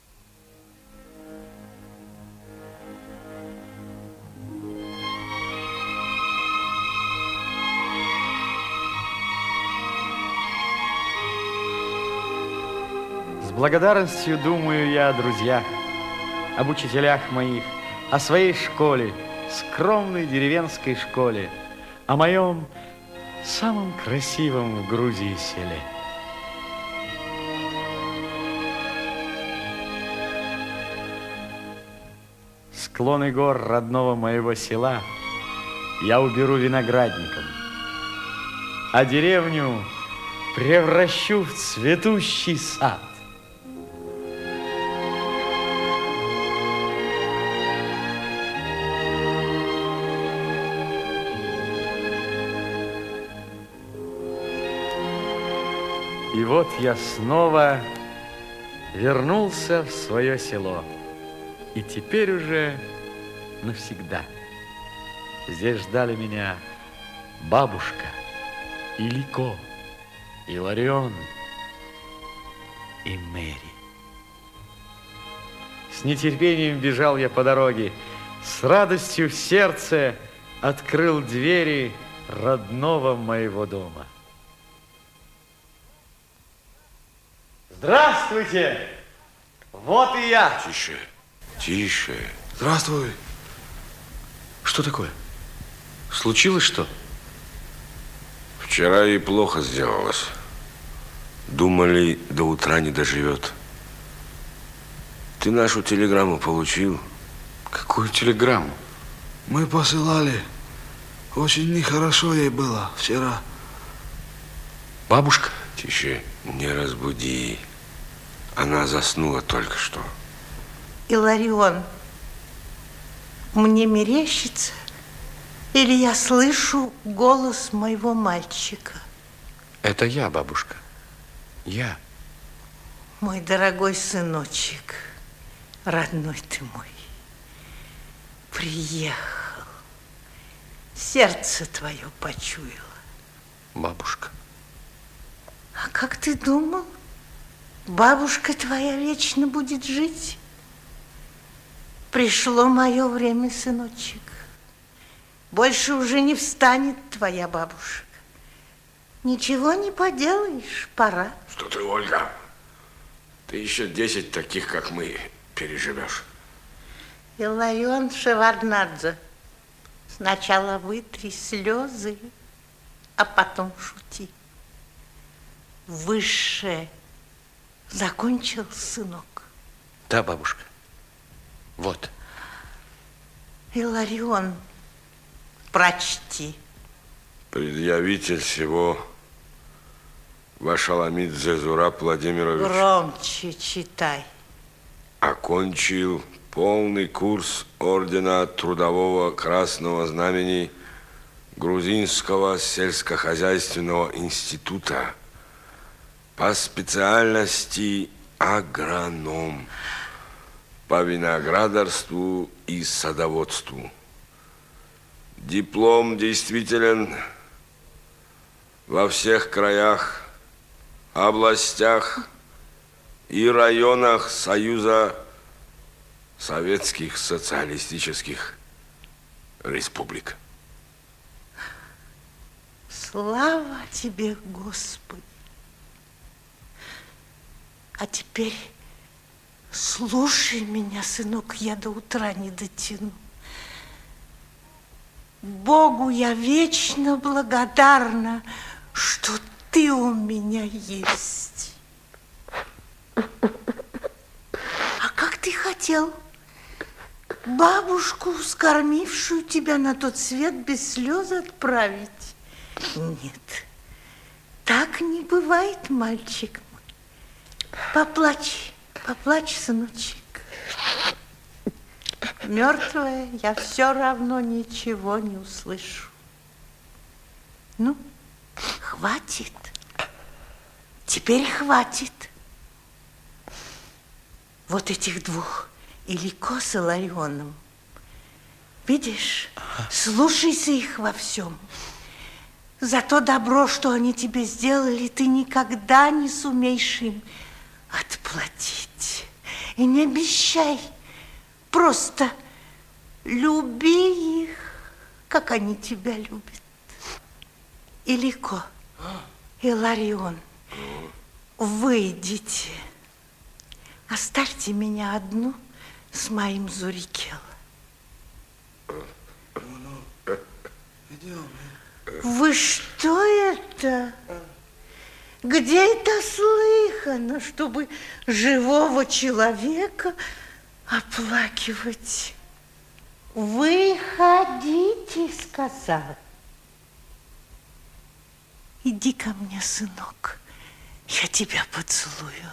С благодарностью думаю я о друзьях, об учителях моих, о своей школе, скромной деревенской школе, о моем самом красивом в Грузии селе. Склоны гор родного моего села я уберу виноградником, а деревню превращу в цветущий сад. И вот я снова вернулся в свое село. И теперь уже навсегда. Здесь ждали меня бабушка, Илико, Иларион и Мэри. С нетерпением бежал я по дороге, с радостью в сердце открыл двери родного моего дома. Здравствуйте! Вот и я! Тише, тише. Здравствуй. Что такое? Случилось что? Вчера ей плохо сделалось. Думали, до утра не доживет. Ты нашу телеграмму получил? Какую телеграмму? Мы посылали. Очень нехорошо ей было вчера. Бабушка? Тише, не разбуди. Она заснула только что. Иларион, мне мерещится, Или я слышу голос моего мальчика? Это я, бабушка. Я. Мой дорогой сыночек, родной ты мой, приехал. Сердце твое почуяло. Бабушка. А как ты думал, бабушка твоя вечно будет жить? Пришло мое время, сыночек. Больше уже не встанет твоя бабушка. Ничего не поделаешь, пора. Что ты, Ольга? Ты еще десять таких, как мы, переживешь. Иларион Шеварднадзе, сначала вытри слезы, а потом шути. Высшее закончил, сынок? Да, бабушка. Вот. Иларион, прочти. Предъявитель всего Вашаламидзе Зураб Владимирович Громче читай. окончил полный курс Ордена Трудового Красного Знамени Грузинского сельскохозяйственного института по специальности агроном по виноградарству и садоводству. Диплом действителен во всех краях, областях и районах Союза Советских Социалистических Республик. Слава тебе, Господи! А теперь слушай меня, сынок, я до утра не дотяну. Богу я вечно благодарна, что ты у меня есть. А как ты хотел бабушку, скормившую тебя на тот свет, без слез отправить? Нет, так не бывает, мальчик мой. Поплачь, поплачь, сыночек. Мертвая, я все равно ничего не услышу. Ну, хватит. Теперь хватит. Вот этих двух, Илико с Иларионом. Видишь, слушайся их во всем. За то добро, что они тебе сделали, ты никогда не сумеешь им отплатить. И не обещай. Просто люби их, как они тебя любят. Илико, Иларион, выйдите. Оставьте меня одну с моим Зурикелло. Вы что это? Где это слыхано, чтобы живого человека оплакивать? Выходите, сказал. Иди ко мне, сынок, я тебя поцелую.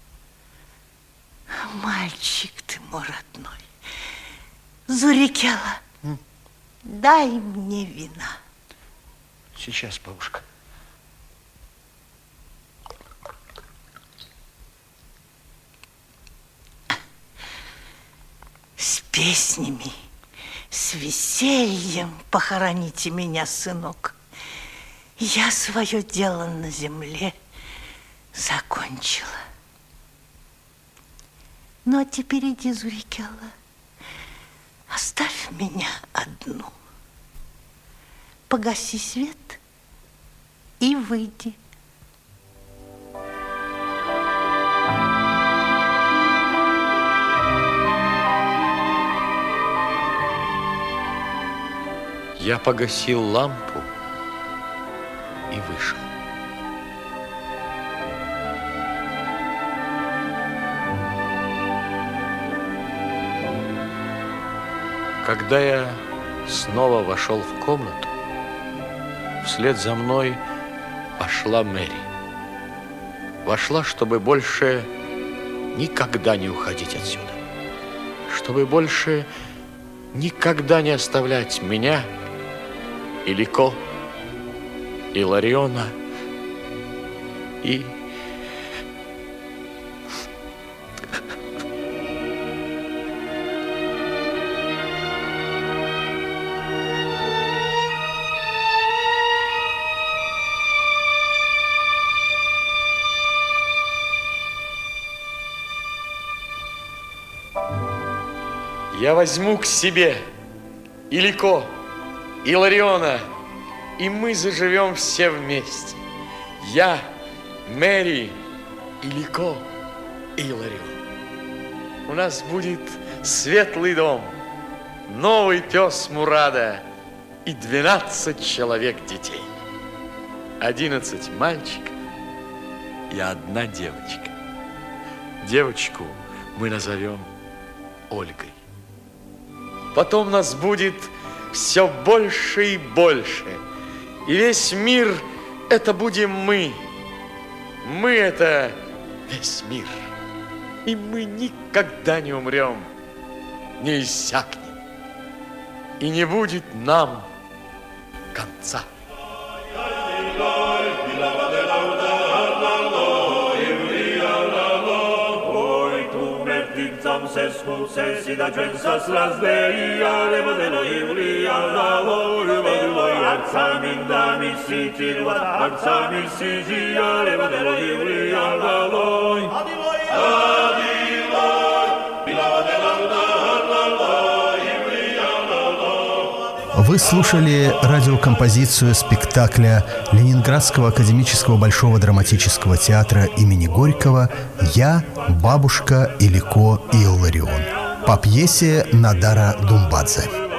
Мальчик ты мой родной. Зурикелло, М? дай мне вина. Сейчас, бабушка. С песнями, с весельем похороните меня, сынок. Я свое дело на земле закончила. Ну, а теперь иди, Зурикелло, оставь меня одну. Погаси свет и выйди. Я погасил лампу и вышел. Когда я снова вошел в комнату, вслед за мной вошла Мэри. Вошла, чтобы больше никогда не уходить отсюда, чтобы больше никогда не оставлять меня Илико, Илариона и... Я возьму к себе Илико, Илариона, и мы заживем все вместе. Я, Мэри, Илико и Иларион. У нас будет светлый дом, новый пес Мурада и двенадцать человек детей. Одиннадцать мальчиков и одна девочка. Девочку мы назовем Ольгой. Потом нас будет все больше и больше. И весь мир – это будем мы. Мы – это весь мир. И мы никогда не умрем, не иссякнем. И не будет нам конца. Se scuse si da gensa slasdeia le modelo Iulia la vole modelo Arzamin da mi si tirwa Arzamin si zia le modelo Iulia la loi Adiloi Adiloi Bila de la la la Iulia la la. Вы слушали радиокомпозицию спектакля Ленинградского академического Большого драматического театра имени Горького «Я, бабушка, Илико и Иларион» по пьесе Надара Думбадзе.